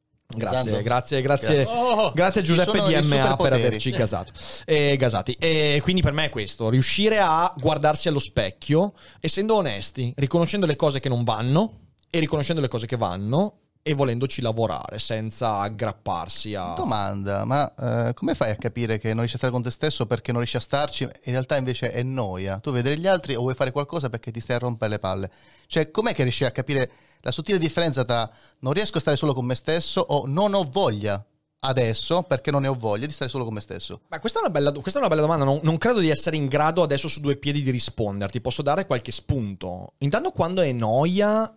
Grazie Giuseppe DMA per averci gasati. E quindi per me è questo: riuscire a guardarsi allo specchio, essendo onesti, riconoscendo le cose che non vanno e riconoscendo le cose che vanno, e volendoci lavorare senza aggrapparsi a... Domanda, ma come fai a capire che non riesci a stare con te stesso perché non riesci a starci, in realtà invece è noia? Tu vedere gli altri o vuoi fare qualcosa perché ti stai a rompere le palle? Cioè, com'è che riesci a capire la sottile differenza tra non riesco a stare solo con me stesso o non ho voglia adesso perché non ne ho voglia di stare solo con me stesso? Ma questa è una bella domanda. Non credo di essere in grado adesso su due piedi di risponderti. Posso dare qualche spunto. Intanto, quando è noia...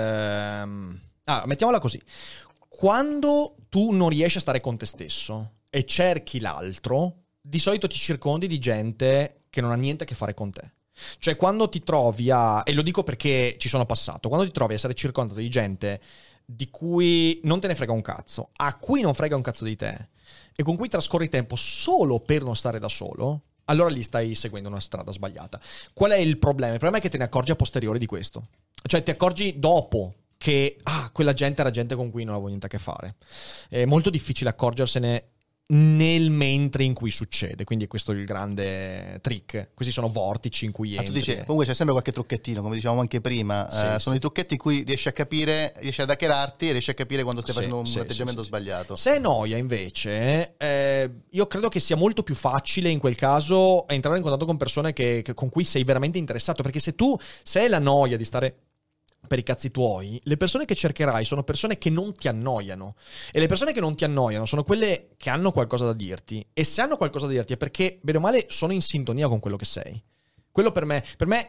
mettiamola così: quando tu non riesci a stare con te stesso e cerchi l'altro, di solito ti circondi di gente che non ha niente a che fare con te. Cioè, quando ti trovi e lo dico perché ci sono passato, quando ti trovi a essere circondato di gente di cui non te ne frega un cazzo, a cui non frega un cazzo di te, e con cui trascorri tempo solo per non stare da solo, allora lì stai seguendo una strada sbagliata. Qual è il problema? Il problema è che te ne accorgi a posteriori di questo. Cioè, ti accorgi dopo che quella gente era gente con cui non avevo niente a che fare. È molto difficile accorgersene nel mentre in cui succede, quindi questo è il grande trick. Questi sono vortici in cui entri. Tu dici, comunque c'è sempre qualche trucchettino, come dicevamo anche prima. Sono i trucchetti in cui riesci a capire, riesci ad hackerarti e riesci a capire quando stai facendo un atteggiamento sbagliato. Se è noia invece, io credo che sia molto più facile in quel caso entrare in contatto con persone con cui sei veramente interessato, perché se hai la noia di stare per i cazzi tuoi, le persone che cercherai sono persone che non ti annoiano, e le persone che non ti annoiano sono quelle che hanno qualcosa da dirti, e se hanno qualcosa da dirti è perché bene o male sono in sintonia con quello che sei. Quello per me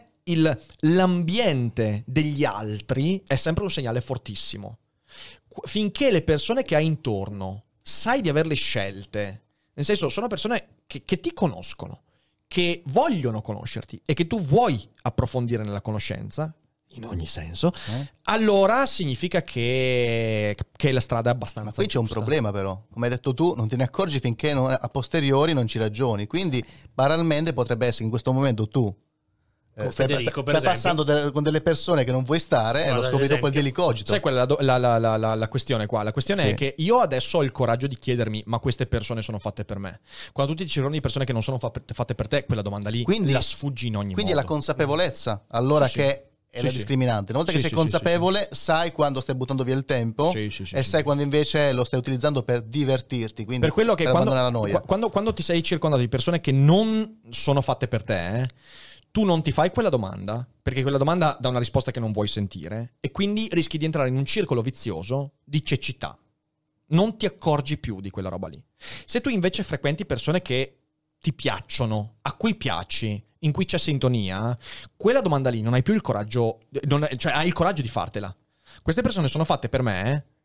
l'ambiente degli altri è sempre un segnale fortissimo. Finché le persone che hai intorno sai di averle scelte, nel senso sono persone che ti conoscono, che vogliono conoscerti e che tu vuoi approfondire nella conoscenza in ogni senso, allora significa che la strada è abbastanza. Ma qui c'è un problema, però, come hai detto tu, non te ne accorgi finché a posteriori non ci ragioni, quindi banalmente potrebbe essere in questo momento tu stai passando con delle persone che non vuoi stare, e lo scopri dopo il delicogito. Sai qual è la questione qua? La questione è che io adesso ho il coraggio di chiedermi: ma queste persone sono fatte per me? Quando tu ti circondi di persone che non sono fatte per te, quella domanda lì la sfuggi in ogni modo. Quindi è la consapevolezza allora che è la discriminante. Una volta che sei consapevole, sai quando stai buttando via il tempo e sai quando invece lo stai utilizzando per divertirti. Quindi per quello che la noia. Quando ti sei circondato di persone che non sono fatte per te, tu non ti fai quella domanda, perché quella domanda dà una risposta che non vuoi sentire, e quindi rischi di entrare in un circolo vizioso di cecità. Non ti accorgi più di quella roba lì. Se tu invece frequenti persone che ti piacciono, a cui piaci, in cui c'è sintonia, quella domanda lì non hai più il coraggio, hai il coraggio di fartela. Queste persone sono fatte per me,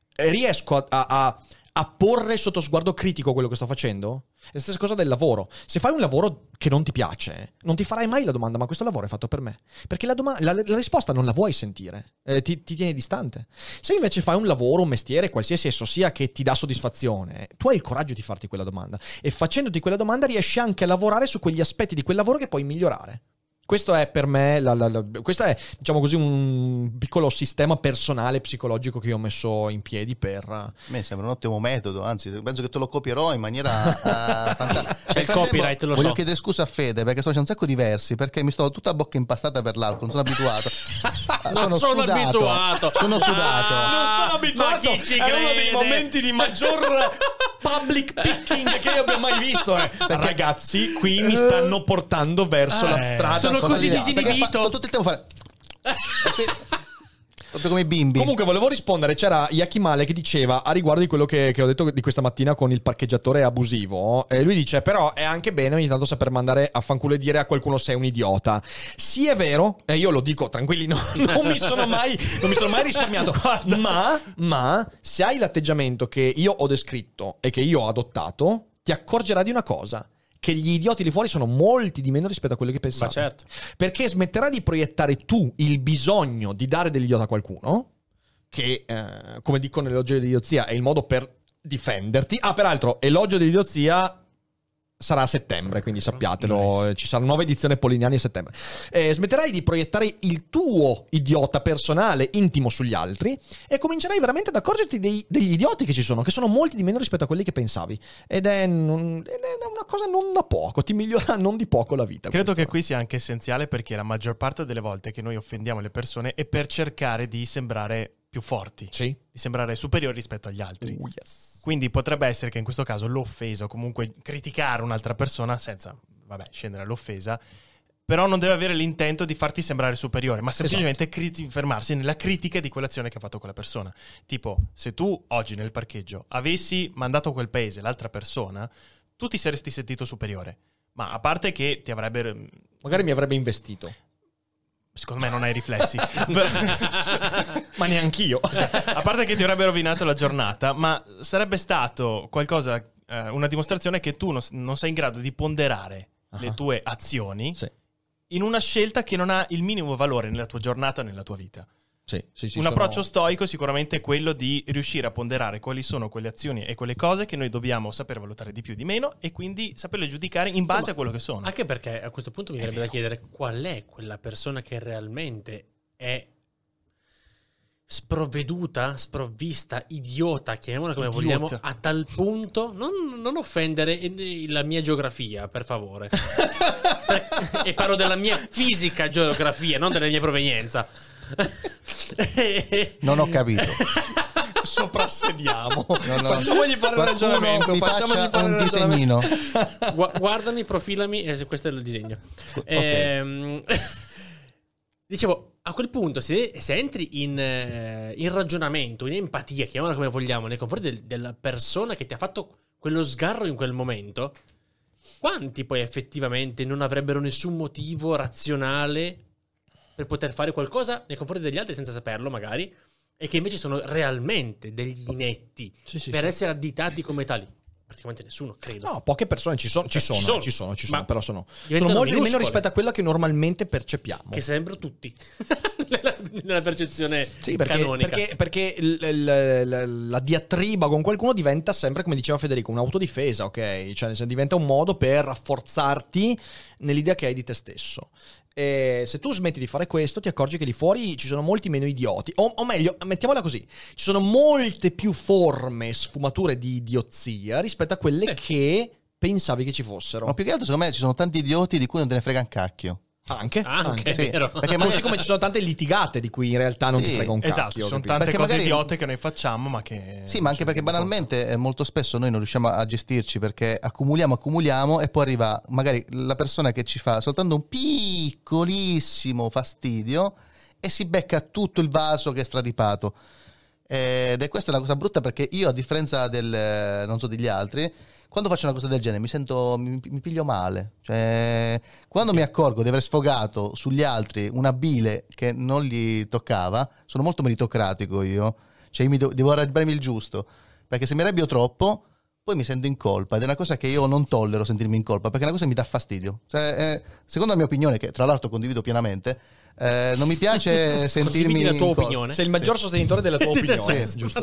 riesco a porre sotto sguardo critico quello che sto facendo? È la stessa cosa del lavoro. Se fai un lavoro che non ti piace, non ti farai mai la domanda: ma questo lavoro è fatto per me? Perché la risposta non la vuoi sentire, ti tieni distante. Se invece fai un lavoro, un mestiere, qualsiasi esso sia, che ti dà soddisfazione, tu hai il coraggio di farti quella domanda, e facendoti quella domanda riesci anche a lavorare su quegli aspetti di quel lavoro che puoi migliorare. Questo è per me, questo è, diciamo così, un piccolo sistema personale psicologico che io ho messo in piedi per... A me sembra un ottimo metodo, anzi penso che te lo copierò in maniera fantastica. C'è il copyright, lo so. Voglio chiedere scusa a Fede perché sto facendo un sacco di versi, perché mi sto tutta a bocca impastata per l'alcol, non sono abituato. Non sono abituato. Sono sudato. Non sono abituato. Ma chi ci è uno dei crede? momenti di maggior public picking che io abbia mai visto. Ragazzi, qui mi stanno portando verso la strada. Sono così disinibito. Sto tutto il tempo a fare... Proprio come i bimbi. Comunque volevo rispondere, c'era Yakimale che diceva a riguardo di quello che ho detto di questa mattina con il parcheggiatore abusivo, e lui dice: però è anche bene ogni tanto saper mandare a fanculo e dire a qualcuno sei un idiota. Sì, è vero, e io lo dico tranquilli, non mi sono mai risparmiato. ma se hai l'atteggiamento che io ho descritto e che io ho adottato, ti accorgerai di una cosa: che gli idioti lì fuori sono molti di meno rispetto a quello che pensavi. Ma certo. Perché smetterai di proiettare tu il bisogno di dare dell'idiota a qualcuno, che, come dicono nell'elogio dell'idiozia, è il modo per difenderti. Peraltro, elogio dell'idiozia sarà a settembre, quindi sappiatelo, nice. Ci sarà una nuova edizione Polignani a settembre. Smetterai di proiettare il tuo idiota personale, intimo, sugli altri, e comincerai veramente ad accorgerti degli idioti che ci sono, che sono molti di meno rispetto a quelli che pensavi. Ed è una cosa non da poco, ti migliora non di poco la vita. Credo che qui sia anche essenziale, perché la maggior parte delle volte che noi offendiamo le persone è per cercare di sembrare più forti, sì, di sembrare superiori rispetto agli altri. Yes. Quindi potrebbe essere che in questo caso l'offesa, o comunque criticare un'altra persona senza, scendere all'offesa, però non deve avere l'intento di farti sembrare superiore, ma semplicemente fermarsi nella critica di quell'azione che ha fatto quella persona. Tipo, se tu oggi nel parcheggio avessi mandato a quel paese l'altra persona, tu ti saresti sentito superiore, ma a parte che ti avrebbe... Magari mi avrebbe investito. Secondo me non hai riflessi. Ma neanch'io. A parte che ti avrebbe rovinato la giornata, ma sarebbe stato qualcosa, una dimostrazione che tu non sei in grado di ponderare le tue azioni, sì, in una scelta che non ha il minimo valore nella tua giornata o nella tua vita. Sì, un approccio stoico sicuramente è quello di riuscire a ponderare quali sono quelle azioni e quelle cose che noi dobbiamo saper valutare di più, di meno, e quindi saperle giudicare in base a quello che sono. Anche perché a questo punto mi verrebbe da chiedere qual è quella persona che realmente è sprovveduta, sprovvista, idiota, chiamiamola come vogliamo, a tal punto, non offendere la mia geografia, per favore. E parlo della mia fisica geografia, non della mia provenienza. Non ho capito. Soprassediamo. Facciamogli fare il ragionamento. Facciamogli fare un disegnino. Guardami, profilami, e questo è il disegno. Okay. Dicevo, a quel punto, se entri in ragionamento, in empatia, chiamiamola come vogliamo, nei confronti della persona che ti ha fatto quello sgarro in quel momento, quanti poi effettivamente non avrebbero nessun motivo razionale per poter fare qualcosa nei confronti degli altri senza saperlo magari, e che invece sono realmente degli inetti per essere additati come tali? Praticamente nessuno, credo. No, poche persone ci sono, però sono diventano molti di meno minuscole rispetto a quella che normalmente percepiamo. Che sembrano tutti nella percezione canonica. Perché la diatriba con qualcuno diventa sempre, come diceva Federico, un'autodifesa, ok? Cioè diventa un modo per rafforzarti nell'idea che hai di te stesso. E se tu smetti di fare questo, ti accorgi che lì fuori ci sono molti meno idioti, o meglio, mettiamola così, ci sono molte più forme, sfumature di idiozia rispetto a quelle che pensavi che ci fossero. Ma più che altro, secondo me, ci sono tanti idioti di cui non te ne frega un cacchio. Anche sì, vero. Perché così come ci sono tante litigate di cui in realtà non ti frega un cacchio. Esatto, sono tante perché cose magari idiote che noi facciamo, ma che... Sì, ma anche perché banalmente molto spesso noi non riusciamo a gestirci, perché accumuliamo e poi arriva magari la persona che ci fa soltanto un piccolissimo fastidio e si becca tutto il vaso che è straripato. Ed è questa una cosa brutta, perché io, a differenza degli altri, quando faccio una cosa del genere mi piglio male. Cioè, quando mi accorgo di aver sfogato sugli altri una bile che non gli toccava, sono molto meritocratico io. Cioè io devo arrabbiarmi il giusto, perché se mi arrabbio troppo poi mi sento in colpa, ed è una cosa che io non tollero, sentirmi in colpa, perché è una cosa che mi dà fastidio. Cioè, secondo la mia opinione, che tra l'altro condivido pienamente, non mi piace sentirmi Condividi la tua in colpa. opinione. Sei il maggior sostenitore della tua opinione. Sì, Giusto.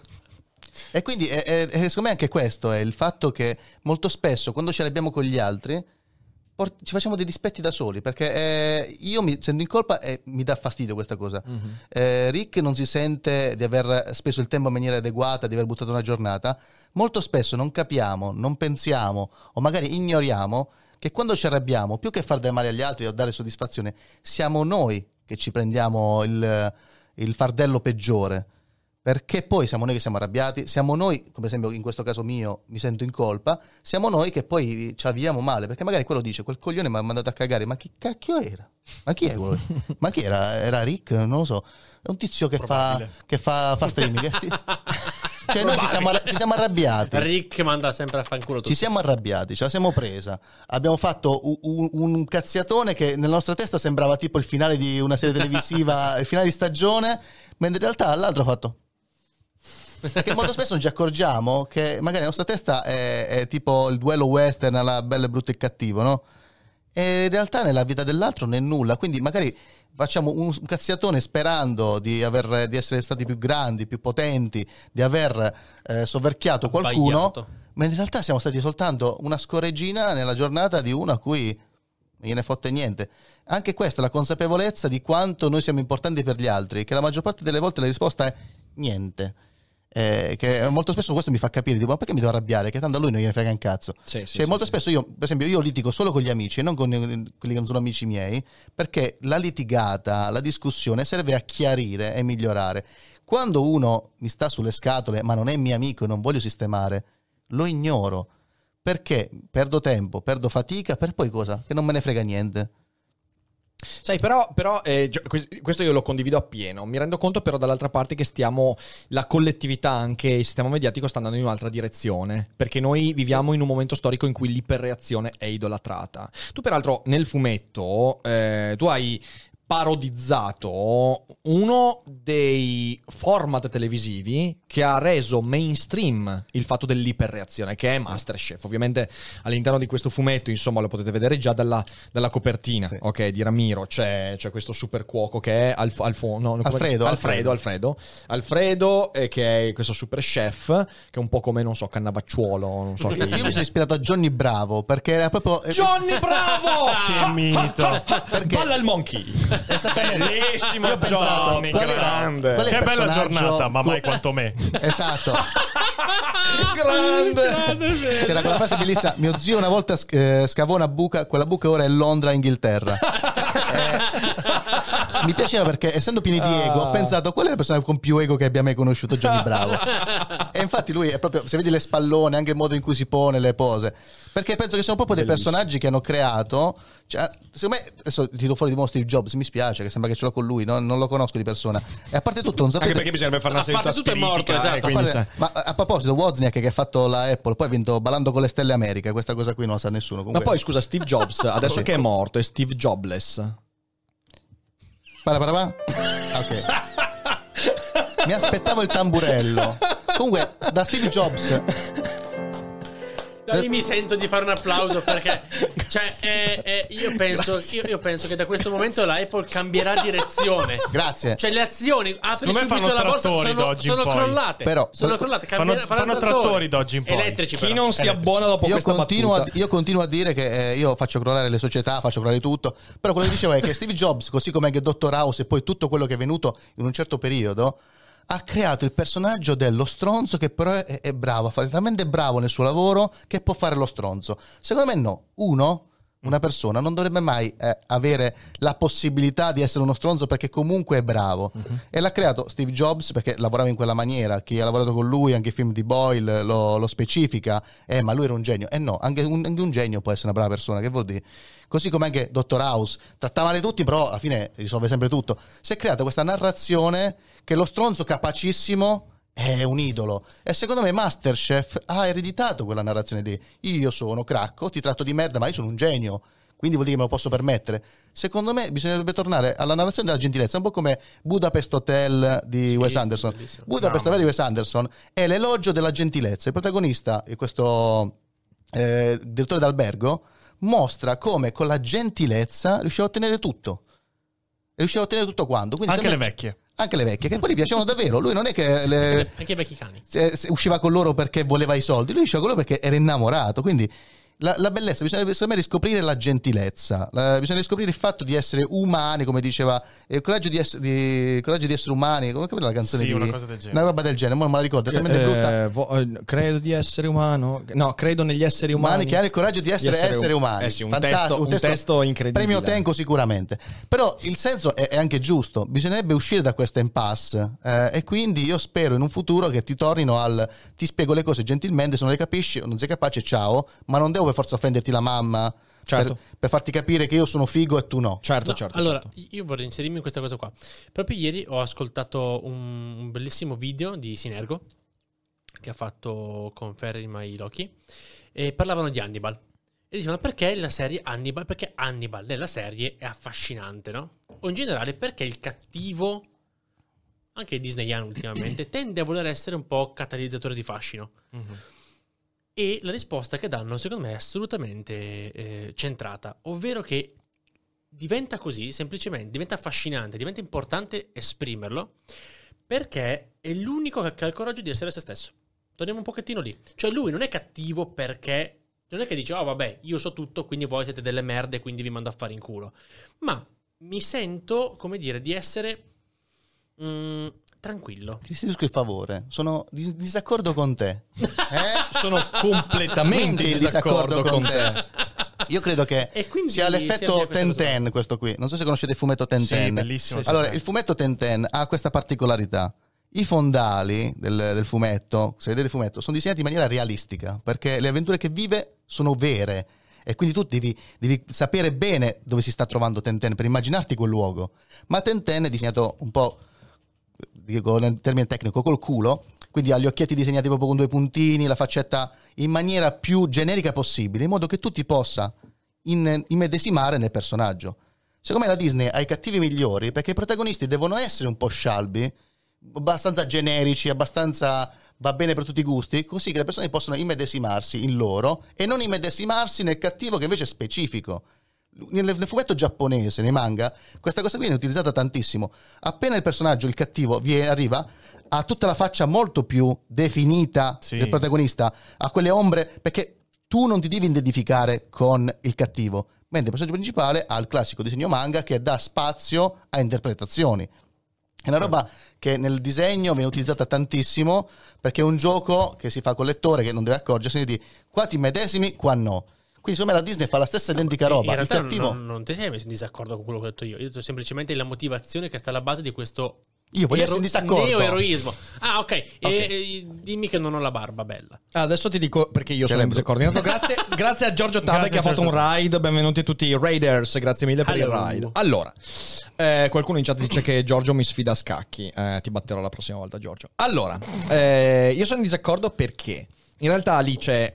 E quindi secondo me anche questo è il fatto che molto spesso quando ci arrabbiamo con gli altri ci facciamo dei dispetti da soli, perché io mi sento in colpa e mi dà fastidio questa cosa. Rick non si sente di aver speso il tempo in maniera adeguata, di aver buttato una giornata. Molto spesso non capiamo, non pensiamo o magari ignoriamo che quando ci arrabbiamo, più che far del male agli altri o dare soddisfazione, siamo noi che ci prendiamo il fardello peggiore. Perché poi siamo noi che siamo arrabbiati, siamo noi, come esempio in questo caso mio, mi sento in colpa, siamo noi che poi ci la viviamo male, perché magari quello dice, quel coglione mi ha mandato a cagare, ma chi cacchio era? Ma chi è quello? Ma chi era? Era Rick? Non lo so. È un tizio che fa streaming. Cioè noi ci siamo arrabbiati. Rick manda sempre a fanculo tutti. Ci siamo arrabbiati, ce la siamo presa. Abbiamo fatto un cazziatone che nella nostra testa sembrava tipo il finale di una serie televisiva, il finale di stagione, mentre in realtà l'altro ha fatto... Perché molto spesso non ci accorgiamo che magari la nostra testa è tipo il duello western alla bello e brutto e cattivo, no? E in realtà nella vita dell'altro non è nulla, quindi magari facciamo un cazziatone sperando di essere stati più grandi, più potenti, di aver soverchiato qualcuno, Sbagliato. ma in realtà siamo stati soltanto una scorreggina nella giornata di uno a cui non gliene fotte niente. Anche questa è la consapevolezza di quanto noi siamo importanti per gli altri, che la maggior parte delle volte la risposta è niente. Che molto spesso questo mi fa capire, tipo, ma perché mi devo arrabbiare? Che tanto a lui non gliene frega un cazzo. Molto spesso io, per esempio, io litigo solo con gli amici e non con quelli che non sono amici miei, perché la litigata, la discussione serve a chiarire e migliorare. Quando uno mi sta sulle scatole ma non è mio amico e non voglio sistemare, lo ignoro, perché perdo tempo, perdo fatica, per poi cosa? Che non me ne frega niente. Sai, però questo io lo condivido appieno. Mi rendo conto però dall'altra parte che la collettività, anche il sistema mediatico sta andando in un'altra direzione, perché noi viviamo in un momento storico in cui l'iperreazione è idolatrata. Tu peraltro nel fumetto tu hai parodizzato uno dei format televisivi che ha reso mainstream il fatto dell'iperreazione, che è MasterChef. Ovviamente all'interno di questo fumetto, insomma, lo potete vedere già dalla copertina, sì. Ok, di Ramiro c'è questo super cuoco che è Alfredo, che è questo super chef che è un po' come, non so, Cannavacciuolo, non so. Io mi sono ispirato a Johnny Bravo, perché era proprio Johnny Bravo! Che mito! Balla il monkey! Esattamente. Bellissimo, Io ho pensato, Johnny, qual grande. è Che il bella personaggio giornata, ma mai quanto me. Esatto. Grande. C'era quella frase bellissima: mio zio una volta scavò una buca, quella buca ora è Londra, Inghilterra. Mi piaceva perché, essendo pieni di ego, ho pensato qual è la persona con più ego che abbia mai conosciuto, Johnny Bravo. E infatti lui è proprio, se vedi le spallone, anche il modo in cui si pone, le pose, perché penso che sono proprio dei personaggi che hanno creato, cioè, secondo me, adesso tiro fuori di nuovo Steve Jobs, mi spiace che sembra che ce l'ho con lui, non lo conosco di persona, e a parte tutto non sapete, anche perché bisognerebbe fare una seduta spiritica, morto, esatto. quindi ma a proposito, Wozniak che ha fatto la Apple, poi ha vinto Ballando con le Stelle America, questa cosa qui non la sa nessuno. Comunque... Ma poi scusa, Steve Jobs adesso che è morto è Steve Jobless. Ok. Mi aspettavo il tamburello. Comunque, da Steve Jobs. Io mi sento di fare un applauso perché, cioè, io penso che da questo momento la Apple cambierà direzione. Grazie. Cioè, le azioni apri Secondo me subito fanno la borsa trattori d'oggi in sono poi. crollate. Però sono crollate. Fanno trattori d'oggi in poi. Elettrici. Chi però. non si abbona dopo questa battuta? Io continuo a dire che io faccio crollare le società, faccio crollare tutto. Però quello che dicevo è che Steve Jobs, così come anche Dr. House e poi tutto quello che è venuto in un certo periodo, ha creato il personaggio dello stronzo che però è bravo, è talmente bravo nel suo lavoro che può fare lo stronzo. Secondo me no. Una persona non dovrebbe mai avere la possibilità di essere uno stronzo perché comunque è bravo. E l'ha creato Steve Jobs perché lavorava in quella maniera. Chi ha lavorato con lui, anche i film di Boyle lo specifica. Ma lui era un genio. No, anche un genio può essere una brava persona, che vuol dire? Così come anche Dr. House tratta male tutti, però alla fine risolve sempre tutto. Si è creata questa narrazione che lo stronzo capacissimo è un idolo, e secondo me MasterChef ha ereditato quella narrazione di io sono cracco, ti tratto di merda, ma io sono un genio. quindi vuol dire che me lo posso permettere. Secondo me bisognerebbe tornare alla narrazione della gentilezza, un po' come Budapest Hotel di Wes Anderson. Bellissimo. Budapest Hotel di Wes Anderson è l'elogio della gentilezza. Il protagonista, questo direttore d'albergo, mostra come con la gentilezza riusciva a ottenere tutto. E riusciva a ottenere tutto quanto. Quindi Anche le vecchie. Anche le vecchie, che poi gli piacevano davvero. Lui non è che Anche i vecchi cani. usciva con loro perché voleva i soldi, lui usciva con loro perché era innamorato. Quindi la bellezza, bisogna secondo me riscoprire la gentilezza, bisogna riscoprire il fatto di essere umani, come diceva, il coraggio di essere umani, come era la canzone Sì, una cosa del genere. una roba del genere, non me la ricordo, è talmente brutta. Credo di essere umano. No, credo negli esseri umani Che hanno il coraggio di essere umani. Sì, un Fantastico, testo incredibile. Premio Tenco sicuramente. Però il senso è anche giusto. Bisognerebbe uscire da questa impasse. E quindi io spero in un futuro che ti tornino ti spiego le cose gentilmente, se non le capisci o non sei capace, ciao, ma non devo per forza offenderti la mamma. Certo. Per farti capire che io sono figo e tu no. Certo, No, certo. allora, certo. io vorrei inserirmi in questa cosa qua. Proprio ieri ho ascoltato un bellissimo video di Sinergo che ha fatto con Ferry My Loki e parlavano di Hannibal. E dicevano perché la serie Hannibal, perché Hannibal nella serie è affascinante, no? O in generale perché il cattivo, anche disneyano ultimamente, tende a voler essere un po' catalizzatore di fascino. E la risposta che danno, secondo me, è assolutamente centrata, ovvero che diventa così, semplicemente, diventa affascinante, diventa importante esprimerlo, perché è l'unico che ha il coraggio di essere se stesso. Torniamo un pochettino lì. Cioè lui non è cattivo perché, non è che dice, oh vabbè, io so tutto, quindi voi siete delle merde, quindi vi mando a fare in culo. Ma mi sento, come dire, di essere tranquillo. Ti restituisco il favore. Sono in disaccordo con te. Sono completamente in disaccordo con te. Io credo che E quindi sia l'effetto sia questa cosa. Ten questo qui. Non so se conoscete il fumetto Ten. Sì, bellissimo. Allora, il fumetto Ten ha questa particolarità. I fondali del fumetto, se vedete il fumetto, sono disegnati in maniera realistica, perché le avventure che vive sono vere. E quindi tu devi sapere bene dove si sta trovando Ten per immaginarti quel luogo. Ma Ten è disegnato un po', dico nel termine tecnico, col culo, quindi ha gli occhietti disegnati proprio con 2 puntini, la faccetta in maniera più generica possibile, in modo che tu ti possa immedesimare nel personaggio. Secondo me la Disney ha i cattivi migliori, perché i protagonisti devono essere un po' scialbi, abbastanza generici, abbastanza va bene per tutti i gusti, così che le persone possono immedesimarsi in loro e non immedesimarsi nel cattivo che invece è specifico. Nel fumetto giapponese, nei manga, questa cosa qui viene utilizzata tantissimo. Appena il personaggio, il cattivo, arriva, ha tutta la faccia molto più definita del protagonista, ha quelle ombre, perché tu non ti devi identificare con il cattivo, mentre il personaggio principale ha il classico disegno manga che dà spazio a interpretazioni. È una roba che nel disegno viene utilizzata tantissimo, perché è un gioco che si fa col lettore, che non deve accorgersi di qua ti medesimi, qua no. Quindi secondo me la Disney fa la stessa identica roba. In realtà il cattivo... non ti sei messo in disaccordo con quello che ho detto io. Io ho detto semplicemente la motivazione che sta alla base di questo Io voglio essere in disaccordo. neo-eroismo. Ah, ok. Dimmi che non ho la barba bella. Adesso ti dico perché io sono in disaccordo. Grazie a Giorgio Tave Grazie che ha fatto un ride. Benvenuti a tutti i Raiders. Grazie mille per il Hello. ride. Allora, qualcuno in chat dice che Giorgio mi sfida a scacchi. Ti batterò la prossima volta, Giorgio. Allora, io sono in disaccordo perché in realtà lì c'è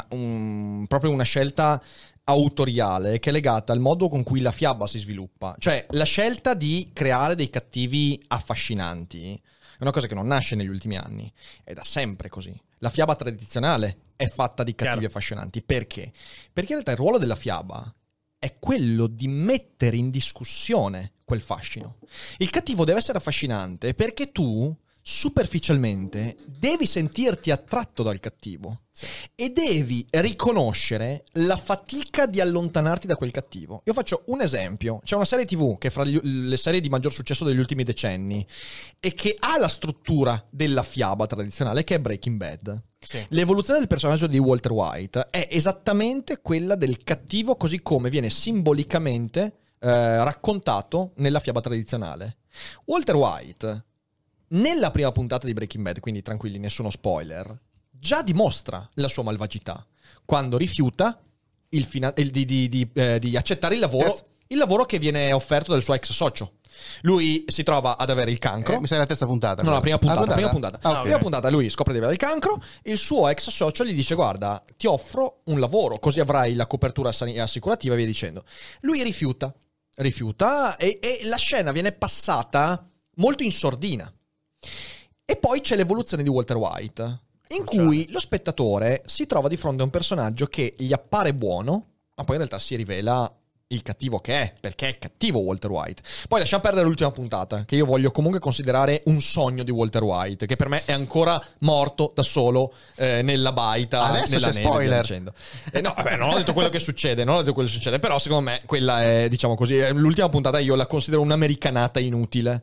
proprio una scelta autoriale che è legata al modo con cui la fiaba si sviluppa. Cioè, la scelta di creare dei cattivi affascinanti è una cosa che non nasce negli ultimi anni, è da sempre così. La fiaba tradizionale è fatta di cattivi affascinanti. Perché? Perché in realtà il ruolo della fiaba è quello di mettere in discussione quel fascino. Il cattivo deve essere affascinante perché tu superficialmente devi sentirti attratto dal cattivo e devi riconoscere la fatica di allontanarti da quel cattivo. Io faccio un esempio: c'è una serie TV che è fra le serie di maggior successo degli ultimi decenni e che ha la struttura della fiaba tradizionale, che è Breaking Bad. L'evoluzione del personaggio di Walter White è esattamente quella del cattivo così come viene simbolicamente raccontato nella fiaba tradizionale. Walter White nella prima puntata di Breaking Bad, quindi tranquilli, nessuno spoiler, già dimostra la sua malvagità quando rifiuta di accettare il lavoro che viene offerto dal suo ex socio. Lui si trova ad avere il cancro. Mi sa la terza puntata. No, la prima puntata. Ah, Prima puntata. Ah, ok. Prima puntata lui scopre di avere il cancro. Il suo ex socio gli dice: guarda, ti offro un lavoro, così avrai la copertura assicurativa e via dicendo. Lui rifiuta e la scena viene passata molto in sordina. E poi c'è l'evoluzione di Walter White, in cui lo spettatore si trova di fronte a un personaggio che gli appare buono, ma poi in realtà si rivela il cattivo che è, perché è cattivo Walter White. Poi lasciamo perdere l'ultima puntata, che io voglio comunque considerare un sogno di Walter White, che per me è ancora morto da solo nella baita. Adesso nella c'è neve, spoiler. dicendo. No, vabbè, non ho detto quello che succede, però secondo me quella è, diciamo così, l'ultima puntata io la considero un'americanata inutile.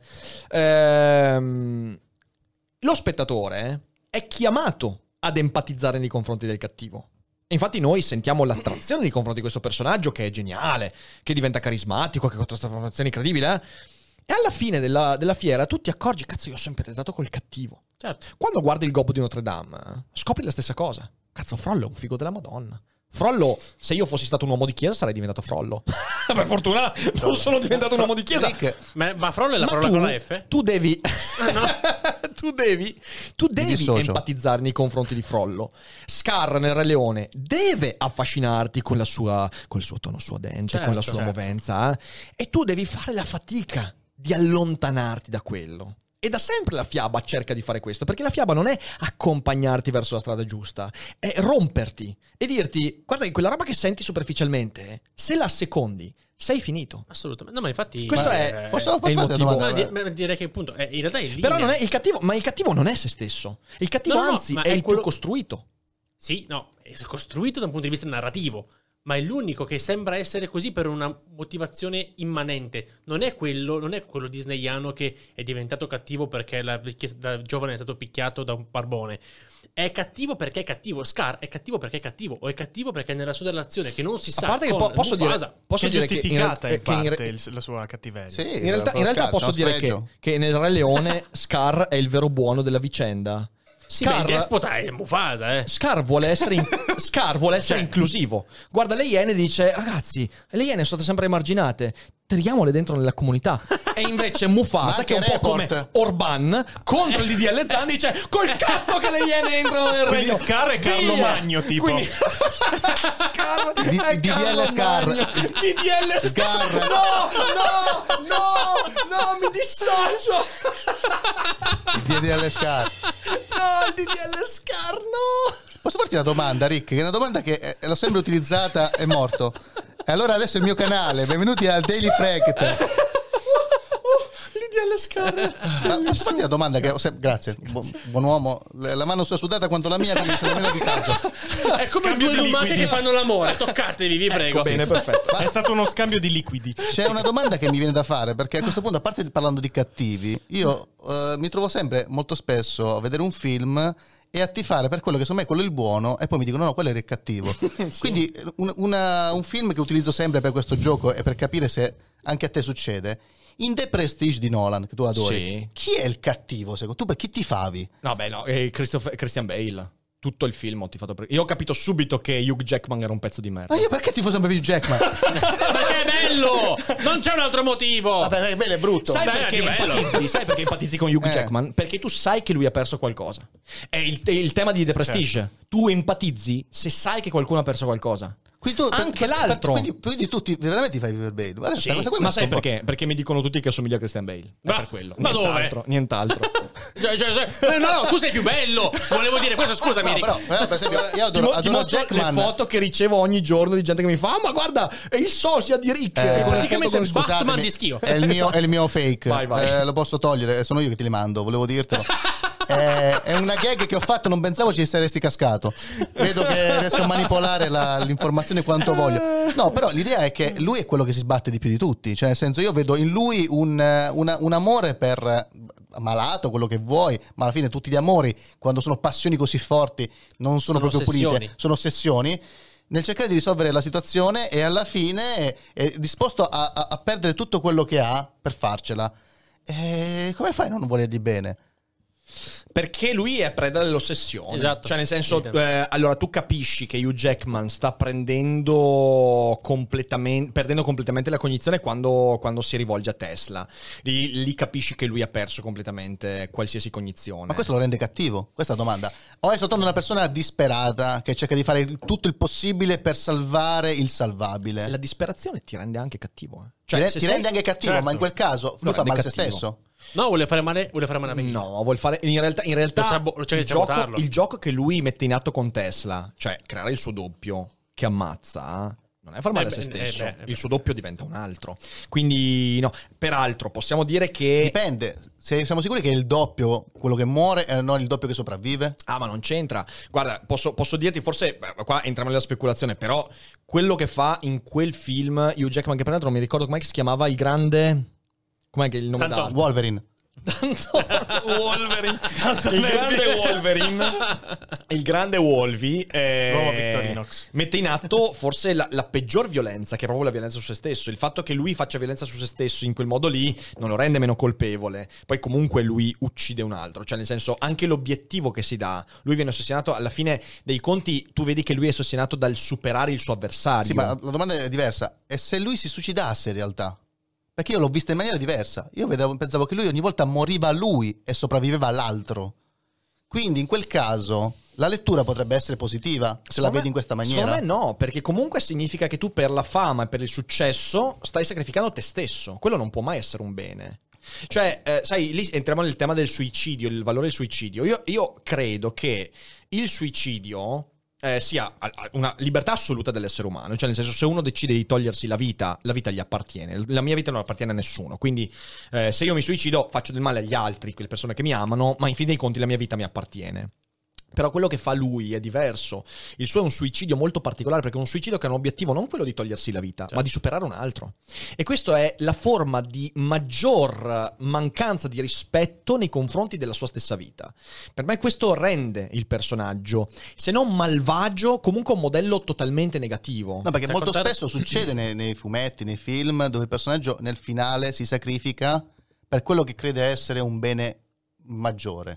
Lo spettatore è chiamato ad empatizzare nei confronti del cattivo. Infatti noi sentiamo l'attrazione nei confronti di questo personaggio che è geniale, che diventa carismatico, che ha questa trasformazione incredibile. E alla fine della fiera tu ti accorgi, cazzo, io ho sympatizzato col cattivo. Certo. Quando guardi il Gobbo di Notre Dame, scopri la stessa cosa. Cazzo, Frollo è un figo della Madonna. Frollo, se io fossi stato un uomo di chiesa sarei diventato Frollo. Per fortuna non sono diventato un uomo di chiesa. Ma Frollo è la parola con la F? Tu devi... tu devi dissocio. empatizzare nei confronti di Frollo. Scar nel Re Leone deve affascinarti con il suo tono suadente, con la sua movenza, e tu devi fare la fatica di allontanarti da quello. E da sempre la fiaba cerca di fare questo, perché la fiaba non è accompagnarti verso la strada giusta, è romperti e dirti: guarda che quella roba che senti superficialmente, se la secondi, sei finito. Assolutamente. No, ma infatti Questo è Posso il fare una motivo. domanda? Ma direi che appunto in realtà è in linea. Però non è il cattivo, ma il cattivo non è se stesso. Il cattivo, No, anzi, ma è è il quello- più costruito. Sì, no, è costruito da un punto di vista narrativo, ma è l'unico che sembra essere così per una motivazione immanente. Non è quello disneyano che è diventato cattivo perché da giovane è stato picchiato da un barbone. È cattivo perché è cattivo. Scar è cattivo perché è cattivo, o è cattivo perché nella sua relazione che non si sa. A parte che con posso dire, Mufasa, posso Che è dire giustificata in che parte la sua cattiveria. Sì, in realtà posso dire che nel Re Leone Scar è il vero buono della vicenda. sì, beh, il despota è Mufasa, Scar vuole essere, inclusivo. Guarda le Iene e dice: ragazzi, le Iene sono state sempre emarginate, tiriamole dentro nella comunità. E invece Mufasa, Ma che è un anche po' come Report. Orban, contro il DDL Zan, dice: col cazzo che le Iene entrano nel Quindi regno. Scar è Carlo Via! Magno, tipo. Quindi Scar è DDL Carlo Scar. Magno. DDL Scar. Scar. No, mi dissocio. DDL Scar. No, il DDL Scar, no. Posso farti una domanda, Rick? Che è una domanda che l'ho sempre utilizzata, è morto. E allora adesso è il mio canale, benvenuti al Daily Frect. DDL Scar. Ma posso farti una domanda che grazie. Buon uomo, la mano sua sudata quanto la mia, quindi sono meno a disagio. È come Scambio due di lumache liquidi. che fanno l'amore. Toccatevi, vi prego. Bene, perfetto. È stato uno scambio di liquidi. C'è una domanda che mi viene da fare, perché a questo punto, a parte parlando di cattivi, io mi trovo sempre, molto spesso, a vedere un film e a tifare per quello che secondo me quello è il buono, e poi mi dicono no, quello era il cattivo. Quindi un film che utilizzo sempre per questo gioco e per capire se anche a te succede: in The Prestige di Nolan, che tu adori, Sì. chi è il cattivo secondo tu? Per chi tifavi? No, beh, no, Christian Bale. Tutto il film ho tifato per... Io ho capito subito che Hugh Jackman era un pezzo di merda. Ma io perché tifo sempre Hugh Jackman? Perché è bello! Non c'è un altro motivo! Vabbè, bello, è brutto. Sai Beh, perché che bello. empatizzi? Sai perché empatizzi con Hugh Jackman? Perché tu sai che lui ha perso qualcosa. È il tema di The Prestige. Tu empatizzi se sai che qualcuno ha perso qualcosa. Quindi tu, Anche l'altro. Quindi tu veramente ti fai River Bale. Guarda, Sì, questa cosa qui ma mi sai sconvolge. perché? Perché mi dicono tutti che assomiglia a Christian Bale. È Ma- per quello. ma dove? Nient'altro. No, tu sei più bello! Volevo dire questo, scusami. No, Rick. però, per esempio, io Ti adoro mostro Jackman. le foto che ricevo ogni giorno di gente che mi fa: ma guarda, è il sosia di Rick. Con le praticamente foto con- Batman Scusatemi, di schio. è il mio fake. Vai. Lo posso togliere, sono io che te li mando, volevo dirtelo. È una gag che ho fatto, non pensavo ci saresti cascato. Vedo che riesco a manipolare l'informazione quanto voglio. No, però l'idea è che lui è quello che si sbatte di più di tutti. Cioè, nel senso, io vedo in lui un amore per malato, quello che vuoi, ma alla fine tutti gli amori, quando sono passioni così forti, non sono proprio ossessioni. pulite, sono ossessioni. Nel cercare di risolvere la situazione, e alla fine è disposto a perdere tutto quello che ha per farcela. E come fai a non volergli bene? Perché lui è preda dell'ossessione. Esatto. Cioè, nel senso, Sì. allora tu capisci che Hugh Jackman sta perdendo completamente la cognizione quando si rivolge a Tesla. Lì capisci che lui ha perso completamente qualsiasi cognizione. Ma questo lo rende cattivo? Questa è la domanda. O è soltanto una persona disperata che cerca di fare tutto il possibile per salvare il salvabile? La disperazione ti rende anche cattivo. Ti rende anche cattivo, Certo. ma in quel caso lui Lo fa rende male a se cattivo. stesso. No, vuole fare male a Peggy. No, vuol fare. In realtà il gioco che lui mette in atto con Tesla, cioè creare il suo doppio che ammazza, non è far male a se stesso. Il suo doppio diventa un altro. Quindi, no. Peraltro, possiamo dire che. Dipende. Siamo sicuri che è il doppio quello che muore e non il doppio che sopravvive? Ah, ma non c'entra. Guarda, posso dirti, forse qua entriamo nella speculazione, però quello che fa in quel film Hugh Jackman, che peraltro non mi ricordo com'è che si chiamava, il grande. Com'è che il nome d'arte? Wolverine. Wolverine. Il grande Wolvie Nuovo Victorinox. mette in atto forse la peggior violenza, che è proprio la violenza su se stesso. Il fatto che lui faccia violenza su se stesso in quel modo lì non lo rende meno colpevole. Poi comunque lui uccide un altro, cioè nel senso anche l'obiettivo che si dà, lui viene ossessionato, alla fine dei conti tu vedi che lui è ossessionato dal superare il suo avversario. Sì, ma la domanda è diversa. E se lui si suicidasse in realtà? Perché io l'ho vista in maniera diversa. Io pensavo che lui ogni volta moriva lui e sopravviveva l'altro. Quindi in quel caso la lettura potrebbe essere positiva se la vedi in questa maniera. Secondo me no, perché comunque significa che tu per la fama e per il successo stai sacrificando te stesso. Quello non può mai essere un bene. Cioè, sai, lì entriamo nel tema del suicidio, il valore del suicidio. Io credo che il suicidio sia una libertà assoluta dell'essere umano, cioè nel senso, se uno decide di togliersi la vita gli appartiene, la mia vita non appartiene a nessuno, quindi se io mi suicido faccio del male agli altri, quelle persone che mi amano, ma in fin dei conti la mia vita mi appartiene. Però quello che fa lui è diverso. Il suo è un suicidio molto particolare, perché è un suicidio che ha un obiettivo non quello di togliersi la vita, ma di superare un altro. E questa è la forma di maggior mancanza di rispetto nei confronti della sua stessa vita. Per me questo rende il personaggio, se non malvagio, comunque un modello totalmente negativo. No, perché molto spesso succede nei fumetti, nei film, dove il personaggio nel finale si sacrifica per quello che crede essere un bene maggiore.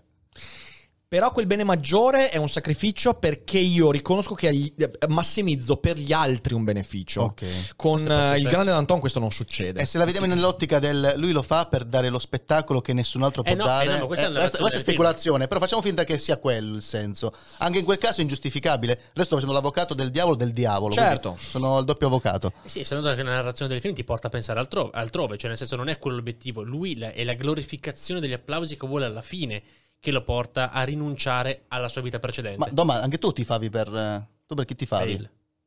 Però quel bene maggiore è un sacrificio perché io riconosco che massimizzo per gli altri un beneficio. Ok. Con il grande Danton questo non succede. E se la vediamo nell'ottica del lui lo fa per dare lo spettacolo che nessun altro può dare, no, questa è speculazione, però facciamo finta che sia quello il senso. Anche in quel caso è ingiustificabile. Adesso sto facendo l'avvocato del diavolo. Certo. Sono il doppio avvocato. Sì, essendo che la narrazione del film ti porta a pensare altrove, cioè nel senso non è quello l'obiettivo, lui è la glorificazione degli applausi che vuole alla fine che lo porta a rinunciare alla sua vita precedente. Ma Doma, anche tu tifavi per... Tu per chi tifavi?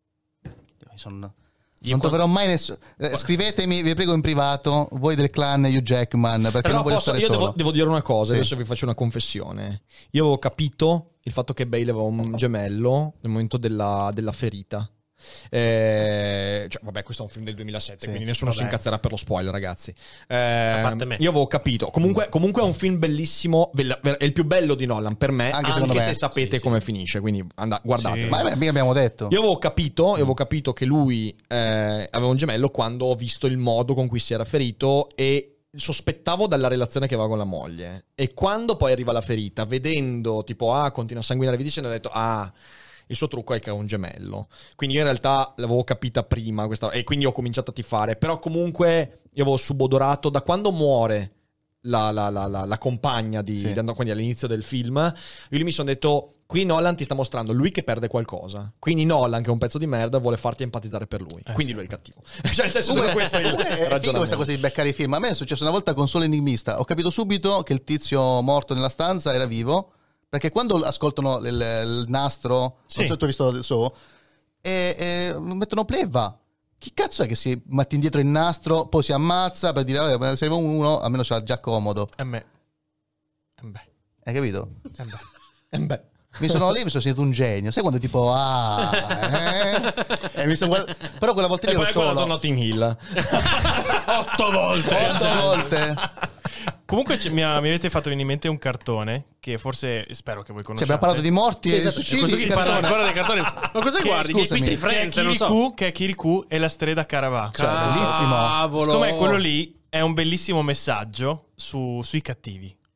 Non troverò mai nessuno. Scrivetemi, vi prego, in privato, voi del clan Hugh Jackman, perché però non voglio stare solo. devo dire una cosa, Sì. adesso vi faccio una confessione. Io avevo capito il fatto che Bale aveva un gemello nel momento della ferita. Cioè, vabbè, questo è un film del 2007, Sì, quindi nessuno si incazzerà per lo spoiler, ragazzi. parte me. Io avevo capito. Comunque è un film bellissimo, è il più bello di Nolan per me, Anche anche secondo me. se sapete come finisce, quindi guardate. Ma mica abbiamo detto. Io avevo capito che lui aveva un gemello quando ho visto il modo con cui si era ferito e sospettavo dalla relazione che aveva con la moglie. E quando poi arriva la ferita, vedendo tipo continua a sanguinare, vi dicendo, ho detto il suo trucco è che ha un gemello. Quindi io in realtà l'avevo capita prima questa, e quindi ho cominciato a tifare. Però comunque io avevo subodorato da quando muore la compagna di Andò, quindi all'inizio del film. Io mi sono detto, qui Nolan ti sta mostrando lui che perde qualcosa. Quindi Nolan, che è un pezzo di merda, vuole farti empatizzare per lui. Quindi lui è il cattivo. Cioè nel senso che questo è il È figo questa cosa di beccare i film. A me è successo una volta con Solo Enigmista. Ho capito subito che il tizio morto nella stanza era vivo, perché quando ascoltano il nastro, Sì. non so se tu hai visto so, e mettono play e va. Chi cazzo è che si mette indietro il nastro, poi si ammazza per dire vabbè, se arriva uno, almeno ce l'ha già comodo. Beh. Hai capito? beh. Mi sono sentito un genio. Sai quando tipo e mi sono però quella volta E io poi ero è quello solo su Notting Hill. 8 volte. 8 volte. Comunque mi avete fatto venire in mente un cartone che forse spero che voi Cioè, conosciate. abbiamo parlato di morti e esatto. suicidi. Questo qui che parla sono- ancora dei cartoni. Ma cosa Che, guardi? scusami, Che che Friends, è non so. Kirikou, che è Kirikou e la strada Caravà. Cioè, bellissimo. Cavolo. Secondo me quello lì è un bellissimo messaggio sui cattivi.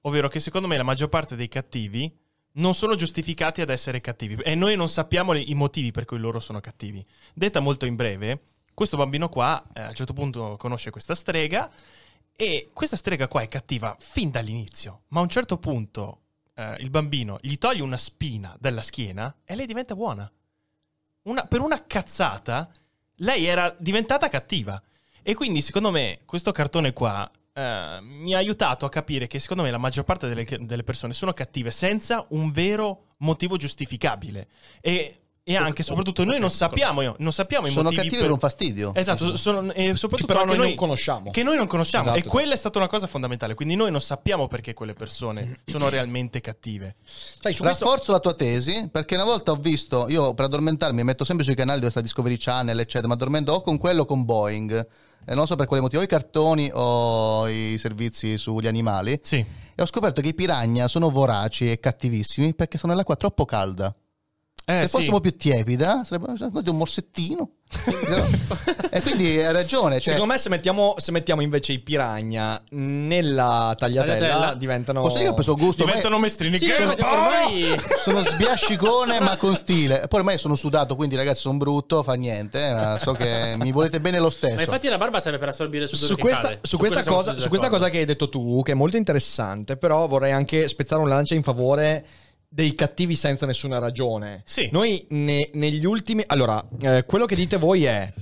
ovvero che secondo me la maggior parte dei cattivi non sono giustificati ad essere cattivi e noi non sappiamo i motivi per cui loro sono cattivi. Detta molto in breve, questo bambino qua a un certo punto conosce questa strega e questa strega qua è cattiva fin dall'inizio, ma a un certo punto il bambino gli toglie una spina dalla schiena e lei diventa buona. Per una cazzata lei era diventata cattiva. E quindi secondo me questo cartone qua mi ha aiutato a capire che secondo me la maggior parte delle persone sono cattive senza un vero motivo giustificabile. E anche, soprattutto, noi non sappiamo i motivi. Sono cattivi per un fastidio. Esatto, e soprattutto però anche noi non conosciamo. Che noi non conosciamo. Esatto. E quella è stata una cosa fondamentale. Quindi noi non sappiamo perché quelle persone sono realmente cattive. Sai, su questo... Rafforzo la tua tesi, perché una volta ho visto, io per addormentarmi metto sempre sui canali dove sta Discovery Channel, eccetera, ma addormento o con quello o con Boeing. E non so per quale motivo, o i cartoni o i servizi sugli animali. Sì. E ho scoperto che i piranha sono voraci e cattivissimi perché sono nell'acqua troppo calda. Se fossimo più tiepida sarebbe un morsettino. E quindi hai ragione, cioè... Secondo me se mettiamo invece i piranha nella tagliatella diventano... Posso dire che ho preso gusto, Diventano mestrini. Sì, che ormai sono sbiascicone ma con stile. Poi ormai sono sudato, quindi ragazzi sono brutto, fa niente, ma so che mi volete bene lo stesso. Ma infatti la barba serve per assorbire il sudore che cade. Su questa cosa che hai detto tu, che è molto interessante, però vorrei anche spezzare un lancia in favore dei cattivi senza nessuna ragione. Sì. Noi negli ultimi... Allora, quello che dite voi è...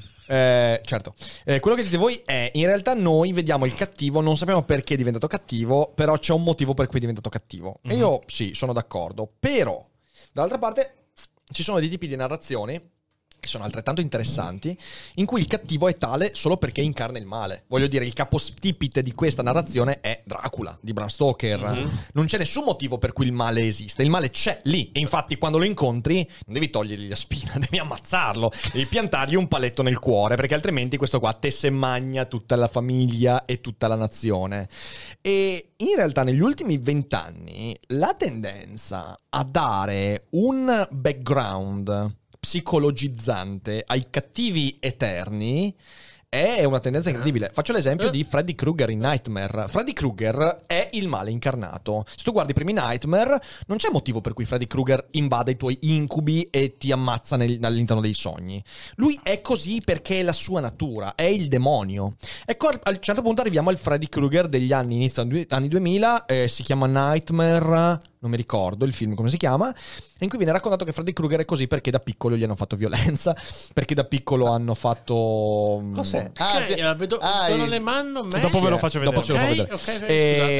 quello che dite voi è, in realtà noi vediamo il cattivo, non sappiamo perché è diventato cattivo, però c'è un motivo per cui è diventato cattivo. E io sì, sono d'accordo. Però, dall'altra parte, ci sono dei tipi di narrazioni che sono altrettanto interessanti, in cui il cattivo è tale solo perché incarna il male. Voglio dire, il capostipite di questa narrazione è Dracula, di Bram Stoker. Non c'è nessun motivo per cui il male esiste. Il male c'è lì. E infatti quando lo incontri non devi togliergli la spina, devi ammazzarlo. Devi piantargli un paletto nel cuore, perché altrimenti questo qua te se magna tutta la famiglia e tutta la nazione. E in realtà negli ultimi 20 anni la tendenza a dare un background psicologizzante ai cattivi eterni è una tendenza incredibile. Faccio l'esempio di Freddy Krueger in Nightmare. Freddy Krueger è il male incarnato. Se tu guardi i primi Nightmare, non c'è motivo per cui Freddy Krueger invade i tuoi incubi e ti ammazza all'interno dei sogni. Lui è così perché è la sua natura, è il demonio. Ecco, a un certo punto arriviamo al Freddy Krueger degli anni, inizio anni 2000, si chiama Nightmare... non mi ricordo il film come si chiama, in cui viene raccontato che Freddy Krueger è così perché da piccolo gli hanno fatto violenza, perché da piccolo hanno fatto... Cos'è? La vedo non le mano Dopo ve lo faccio vedere. Dopo ce lo fa vedere.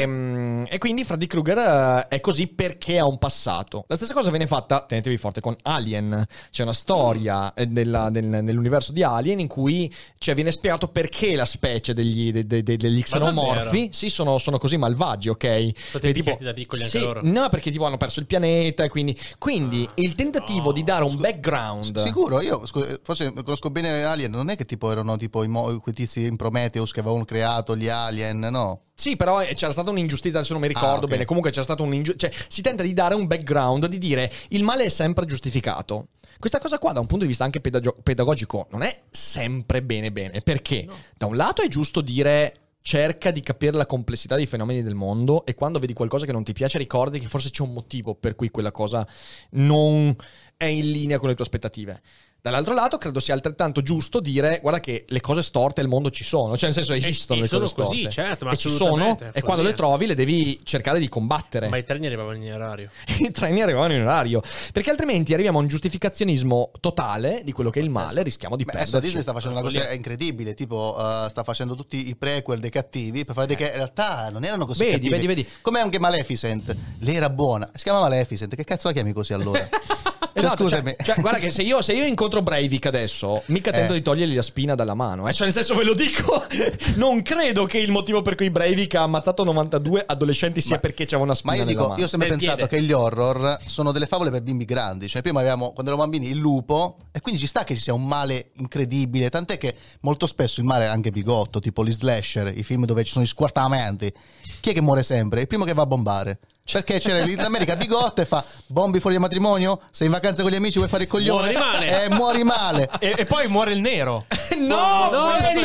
E quindi Freddy Krueger è così perché ha un passato. La stessa cosa viene fatta, tenetevi forte, con Alien. C'è una storia nell'universo di Alien in cui viene spiegato perché la specie degli xenomorfi sono così malvagi, ok? Sono tipo da piccoli anche loro. No, perché tipo hanno perso il pianeta e quindi il tentativo di dare un background. Sicuro, io forse conosco bene Alien, non è che tipo erano tipo quei tizi in Prometheus che avevano creato gli alien, no? Sì, però c'era stata un'ingiustizia, adesso non mi ricordo bene. Comunque c'era stata un'ingiustizia. Cioè, si tenta di dare un background, di dire il male è sempre giustificato. Questa cosa qua, da un punto di vista anche pedagogico, non è sempre bene, perché da un lato è giusto dire cerca di capire la complessità dei fenomeni del mondo e quando vedi qualcosa che non ti piace ricordi che forse c'è un motivo per cui quella cosa non è in linea con le tue aspettative. Dall'altro lato credo sia altrettanto giusto dire guarda che le cose storte al mondo ci sono, cioè nel senso esistono le cose storte così, certo, ma e ci sono e quando le trovi le devi cercare di combattere. Ma i treni arrivavano in orario. I treni arrivavano in orario perché altrimenti arriviamo a un giustificazionismo totale di quello che è il male, rischiamo di perderci. Adesso Disney sta facendo una cosa incredibile, tipo sta facendo tutti i prequel dei cattivi per fare vedere che in realtà non erano così cattivi. Vedi. Come anche Maleficent, lei era buona, si chiama Maleficent, che cazzo la chiami così allora? Esatto, scusami. cioè, guarda che se io incontro Breivik adesso, mica tento di togliergli la spina dalla mano. Cioè, nel senso, ve lo dico, non credo che il motivo per cui Breivik ha ammazzato 92 adolescenti sia perché c'aveva una spina nella mano. Io ho sempre pensato che gli horror sono delle favole per bimbi grandi. Cioè, prima avevamo, quando eravamo bambini, il lupo, e quindi ci sta che ci sia un male incredibile. Tant'è che molto spesso il male è anche bigotto, tipo gli slasher, i film dove ci sono gli squartamenti. Chi è che muore sempre? Il primo che va a bombare. Perché c'era l'America bigotto e fa bombi fuori al matrimonio, sei in vacanza con gli amici, vuoi fare il coglione, muori male. E poi muore il nero. No, non si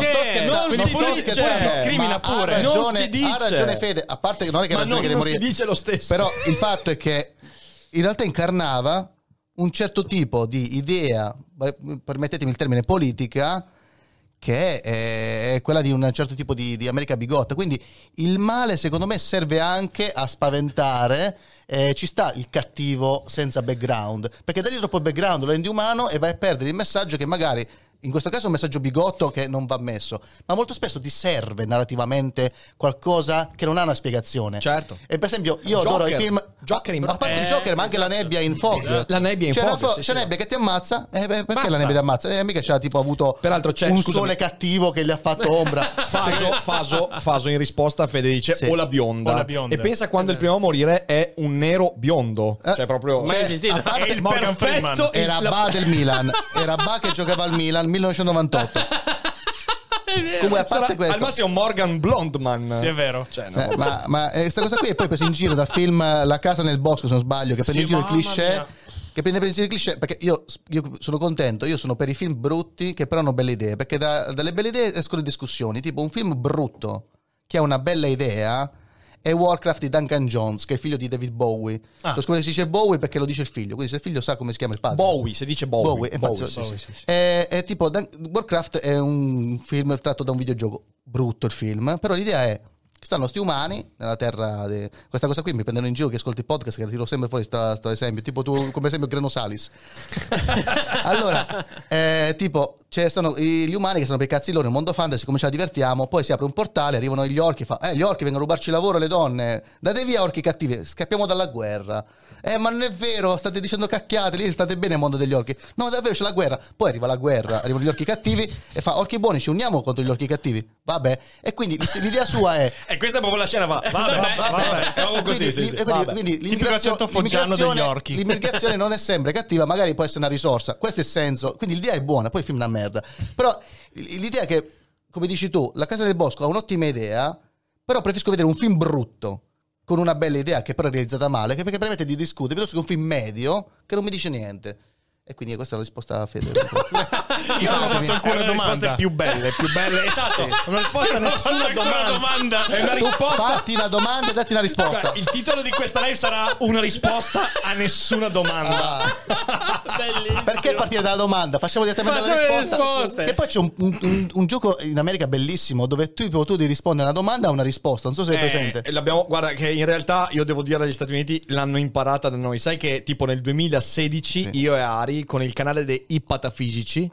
discrimina pure. Non si dice. Ha ragione Fede, a parte che non è che ha ragione di morire. Si dice lo stesso. Però il fatto è che in realtà incarnava un certo tipo di idea, permettetemi il termine, politica, che è quella di un certo tipo di America bigotta. Quindi il male secondo me serve anche a spaventare, ci sta il cattivo senza background, perché dagli troppo il background lo rendi umano e vai a perdere il messaggio che magari, in questo caso è un messaggio bigotto che non va messo, ma molto spesso ti serve narrativamente qualcosa che non ha una spiegazione. Certo. E per esempio io adoro i film Joker a parte il Joker, ma anche la nebbia in Fog. La nebbia in Fog, c'è nebbia che ti ammazza, perché Basta. la nebbia ti ammazza? Mica c'ha tipo avuto Peraltro c'è, un scusami, sole cattivo che gli ha fatto ombra. Faso in risposta a Fede dice Sì. o la bionda. O la bionda. E pensa quando il primo a morire è un nero biondo. Cioè proprio Mai esistito. a parte il Morgan Freeman. Era Ba del Milan, era Ba che giocava al Milan 1998. Comunque a parte al questo, massimo Morgan Blondman. Sì, è vero. Cioè, no. ma questa cosa qui è poi presa in giro dal film La casa nel bosco, se non sbaglio, che prende in giro il mamma cliché. mia. Che prende per il cliché, perché io sono contento, io sono per i film brutti che però hanno belle idee, perché dalle belle idee escono discussioni, tipo un film brutto che ha una bella idea è Warcraft di Duncan Jones, che è il figlio di David Bowie. Lo scopo si dice Bowie perché lo dice il figlio, quindi se il figlio sa come si chiama il padre. Bowie, si dice Bowie. Infatti, sì. È tipo Warcraft è un film tratto da un videogioco, brutto il film, però l'idea è stanno sti umani nella terra questa cosa qui mi prendono in giro che ascolti il podcast, che tiro sempre fuori sto esempio, tipo tu come esempio Grenosalis. Allora tipo stanno gli umani che sono per i cazzi loro nel mondo fantasy, come ce la divertiamo, poi si apre un portale, arrivano gli orchi, gli orchi vengono a rubarci il lavoro, le donne, date via orchi cattivi, scappiamo dalla guerra. Ma non è vero, state dicendo cacchiate, lì state bene nel mondo degli orchi. No, davvero c'è la guerra. Poi arriva la guerra, arrivano gli orchi cattivi e fa orchi buoni, ci uniamo contro gli orchi cattivi. Vabbè. E quindi l'idea sua è E questa è proprio la scena, vabbè. Così, quindi Concetto foggiano degli orchi. l'immigrazione non è sempre cattiva, magari può essere una risorsa. Questo è il senso. Quindi l'idea è buona, poi il film è una merda. Però l'idea è che, come dici tu, La casa del bosco ha un'ottima idea, però preferisco vedere un film brutto con una bella idea che però è realizzata male, perché permette di discutere, piuttosto che un film medio che non mi dice niente. E quindi questa è la risposta a Fede. Io non ho fatto alcuna Le risposte domanda. più belle. Esatto. Una risposta a nessuna domanda. È una risposta. Fatti una domanda e datti una risposta. Il titolo di questa live sarà una risposta a nessuna domanda. Bellissimo. Perché partire dalla domanda? Facciamo direttamente la Facciamo le risposta. risposte. Che poi c'è un gioco in America bellissimo dove tu devi rispondere a una domanda a una risposta. Non so se è presente. Guarda che in realtà io devo dire agli Stati Uniti l'hanno imparata da noi. Sai che tipo nel 2016 io e Ari con il canale dei patafisici.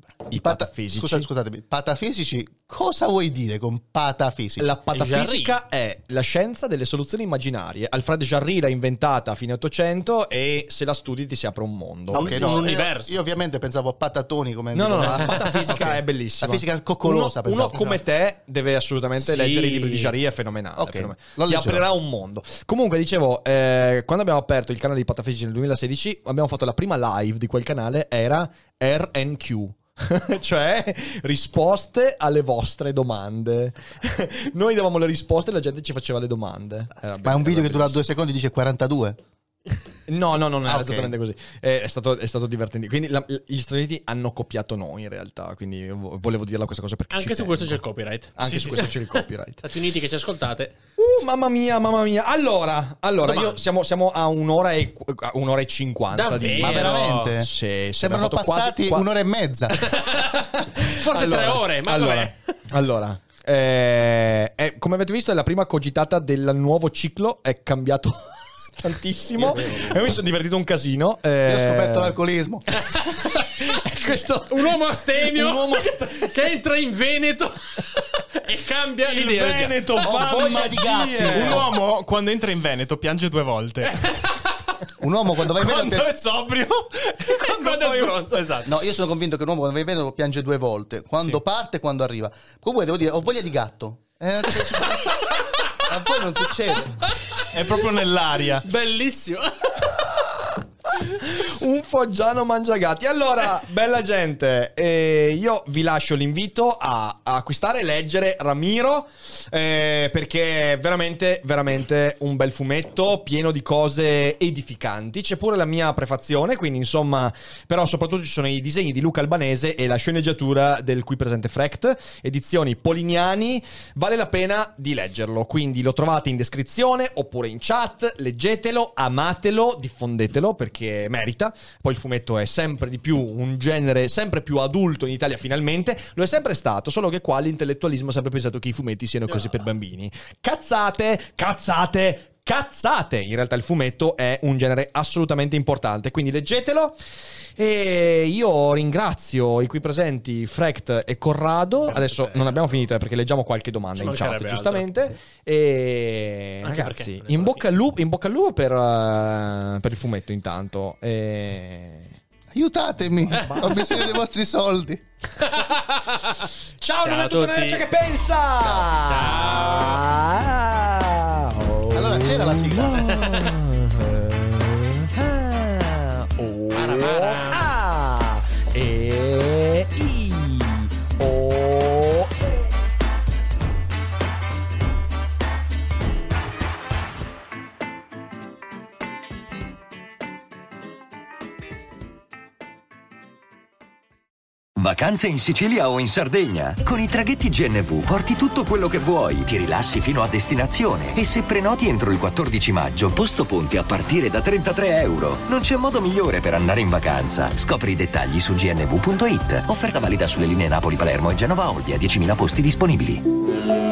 Scusatemi, patafisici, cosa vuoi dire con patafisici? La patafisica è la scienza delle soluzioni immaginarie. Alfred Jarry l'ha inventata a fine 800 e se la studi ti si apre un mondo. Ok, un universo. Io ovviamente pensavo a patatoni come No, la patafisica Ok. è bellissima. La fisica coccolosa, Uno pensavo. come te deve assolutamente Sì. leggere i libri di Jarry, è fenomenale. Ok, è fenomenale. lo Ti leggerò. aprirà un mondo. Comunque, dicevo, quando abbiamo aperto il canale di Patafisici nel 2016, abbiamo fatto la prima live di quel canale, era RNQ. Cioè risposte alle vostre domande. Noi davamo le risposte e la gente ci faceva le domande. Ma è un video che dura 2 secondi, dice 42. No, non è ok. esattamente così. È stato divertente. Quindi gli Stati Uniti hanno copiato noi in realtà. Quindi volevo dirla questa cosa perché Anche ci su questo c'è tengo. il copyright. Anche su questo c'è il copyright. Stati Uniti che ci ascoltate. Mamma mia. Allora io siamo a un'ora e 50 di... Davvero? Ma veramente? Sì, Sembrano abbiamo fatto passati quasi- un'ora e mezza. Forse 3 ore, ma vabbè. Allora, come avete visto è la prima cogitata del nuovo ciclo, è cambiato tantissimo e mi sono divertito un casino. Io ho scoperto l'alcolismo. Questo Un uomo astemio che entra in Veneto e cambia l'idea. Il Veneto Ho va voglia di gatti. Un uomo quando entra in Veneto piange 2 volte. Un uomo quando va in Quando Veneto... è sobrio e quando è stronzo. Esatto. No, io sono convinto che un uomo quando va in Veneto piange 2 volte. Quando parte e quando arriva. Comunque devo dire, ho voglia di gatto. A voi non succede. È proprio nell'aria. Bellissimo. Foggiano Mangiagatti. Allora, bella gente, io vi lascio l'invito a acquistare e leggere Ramiro, perché è veramente, veramente un bel fumetto pieno di cose edificanti. C'è pure la mia prefazione, quindi insomma, però soprattutto ci sono i disegni di Luca Albanese e la sceneggiatura del qui presente Frecht, edizioni Polignani. Vale la pena di leggerlo, quindi lo trovate in descrizione oppure in chat. Leggetelo, amatelo, diffondetelo perché merita. Poi il fumetto è sempre di più un genere sempre più adulto in Italia, finalmente. Lo è sempre stato, solo che qua l'intellettualismo ha sempre pensato che i fumetti siano cose per bambini. Cazzate. In realtà il fumetto è un genere assolutamente importante, quindi leggetelo. E io ringrazio i qui presenti Frecht e Corrado. Adesso non abbiamo finito perché leggiamo qualche domanda in chat, giustamente. E anche ragazzi, in bocca al lupo per il fumetto intanto. Aiutatemi, ho bisogno dei vostri soldi. Ciao, non a è tutta tutti. una che pensa. Ciao. Allora c'era la sigla. Vacanze in Sicilia o in Sardegna? Con i traghetti GNV porti tutto quello che vuoi, ti rilassi fino a destinazione e se prenoti entro il 14 maggio, posto ponti a partire da €33. Non c'è modo migliore per andare in vacanza. Scopri i dettagli su gnv.it. Offerta valida sulle linee Napoli-Palermo e Genova-Olbia, 10.000 posti disponibili.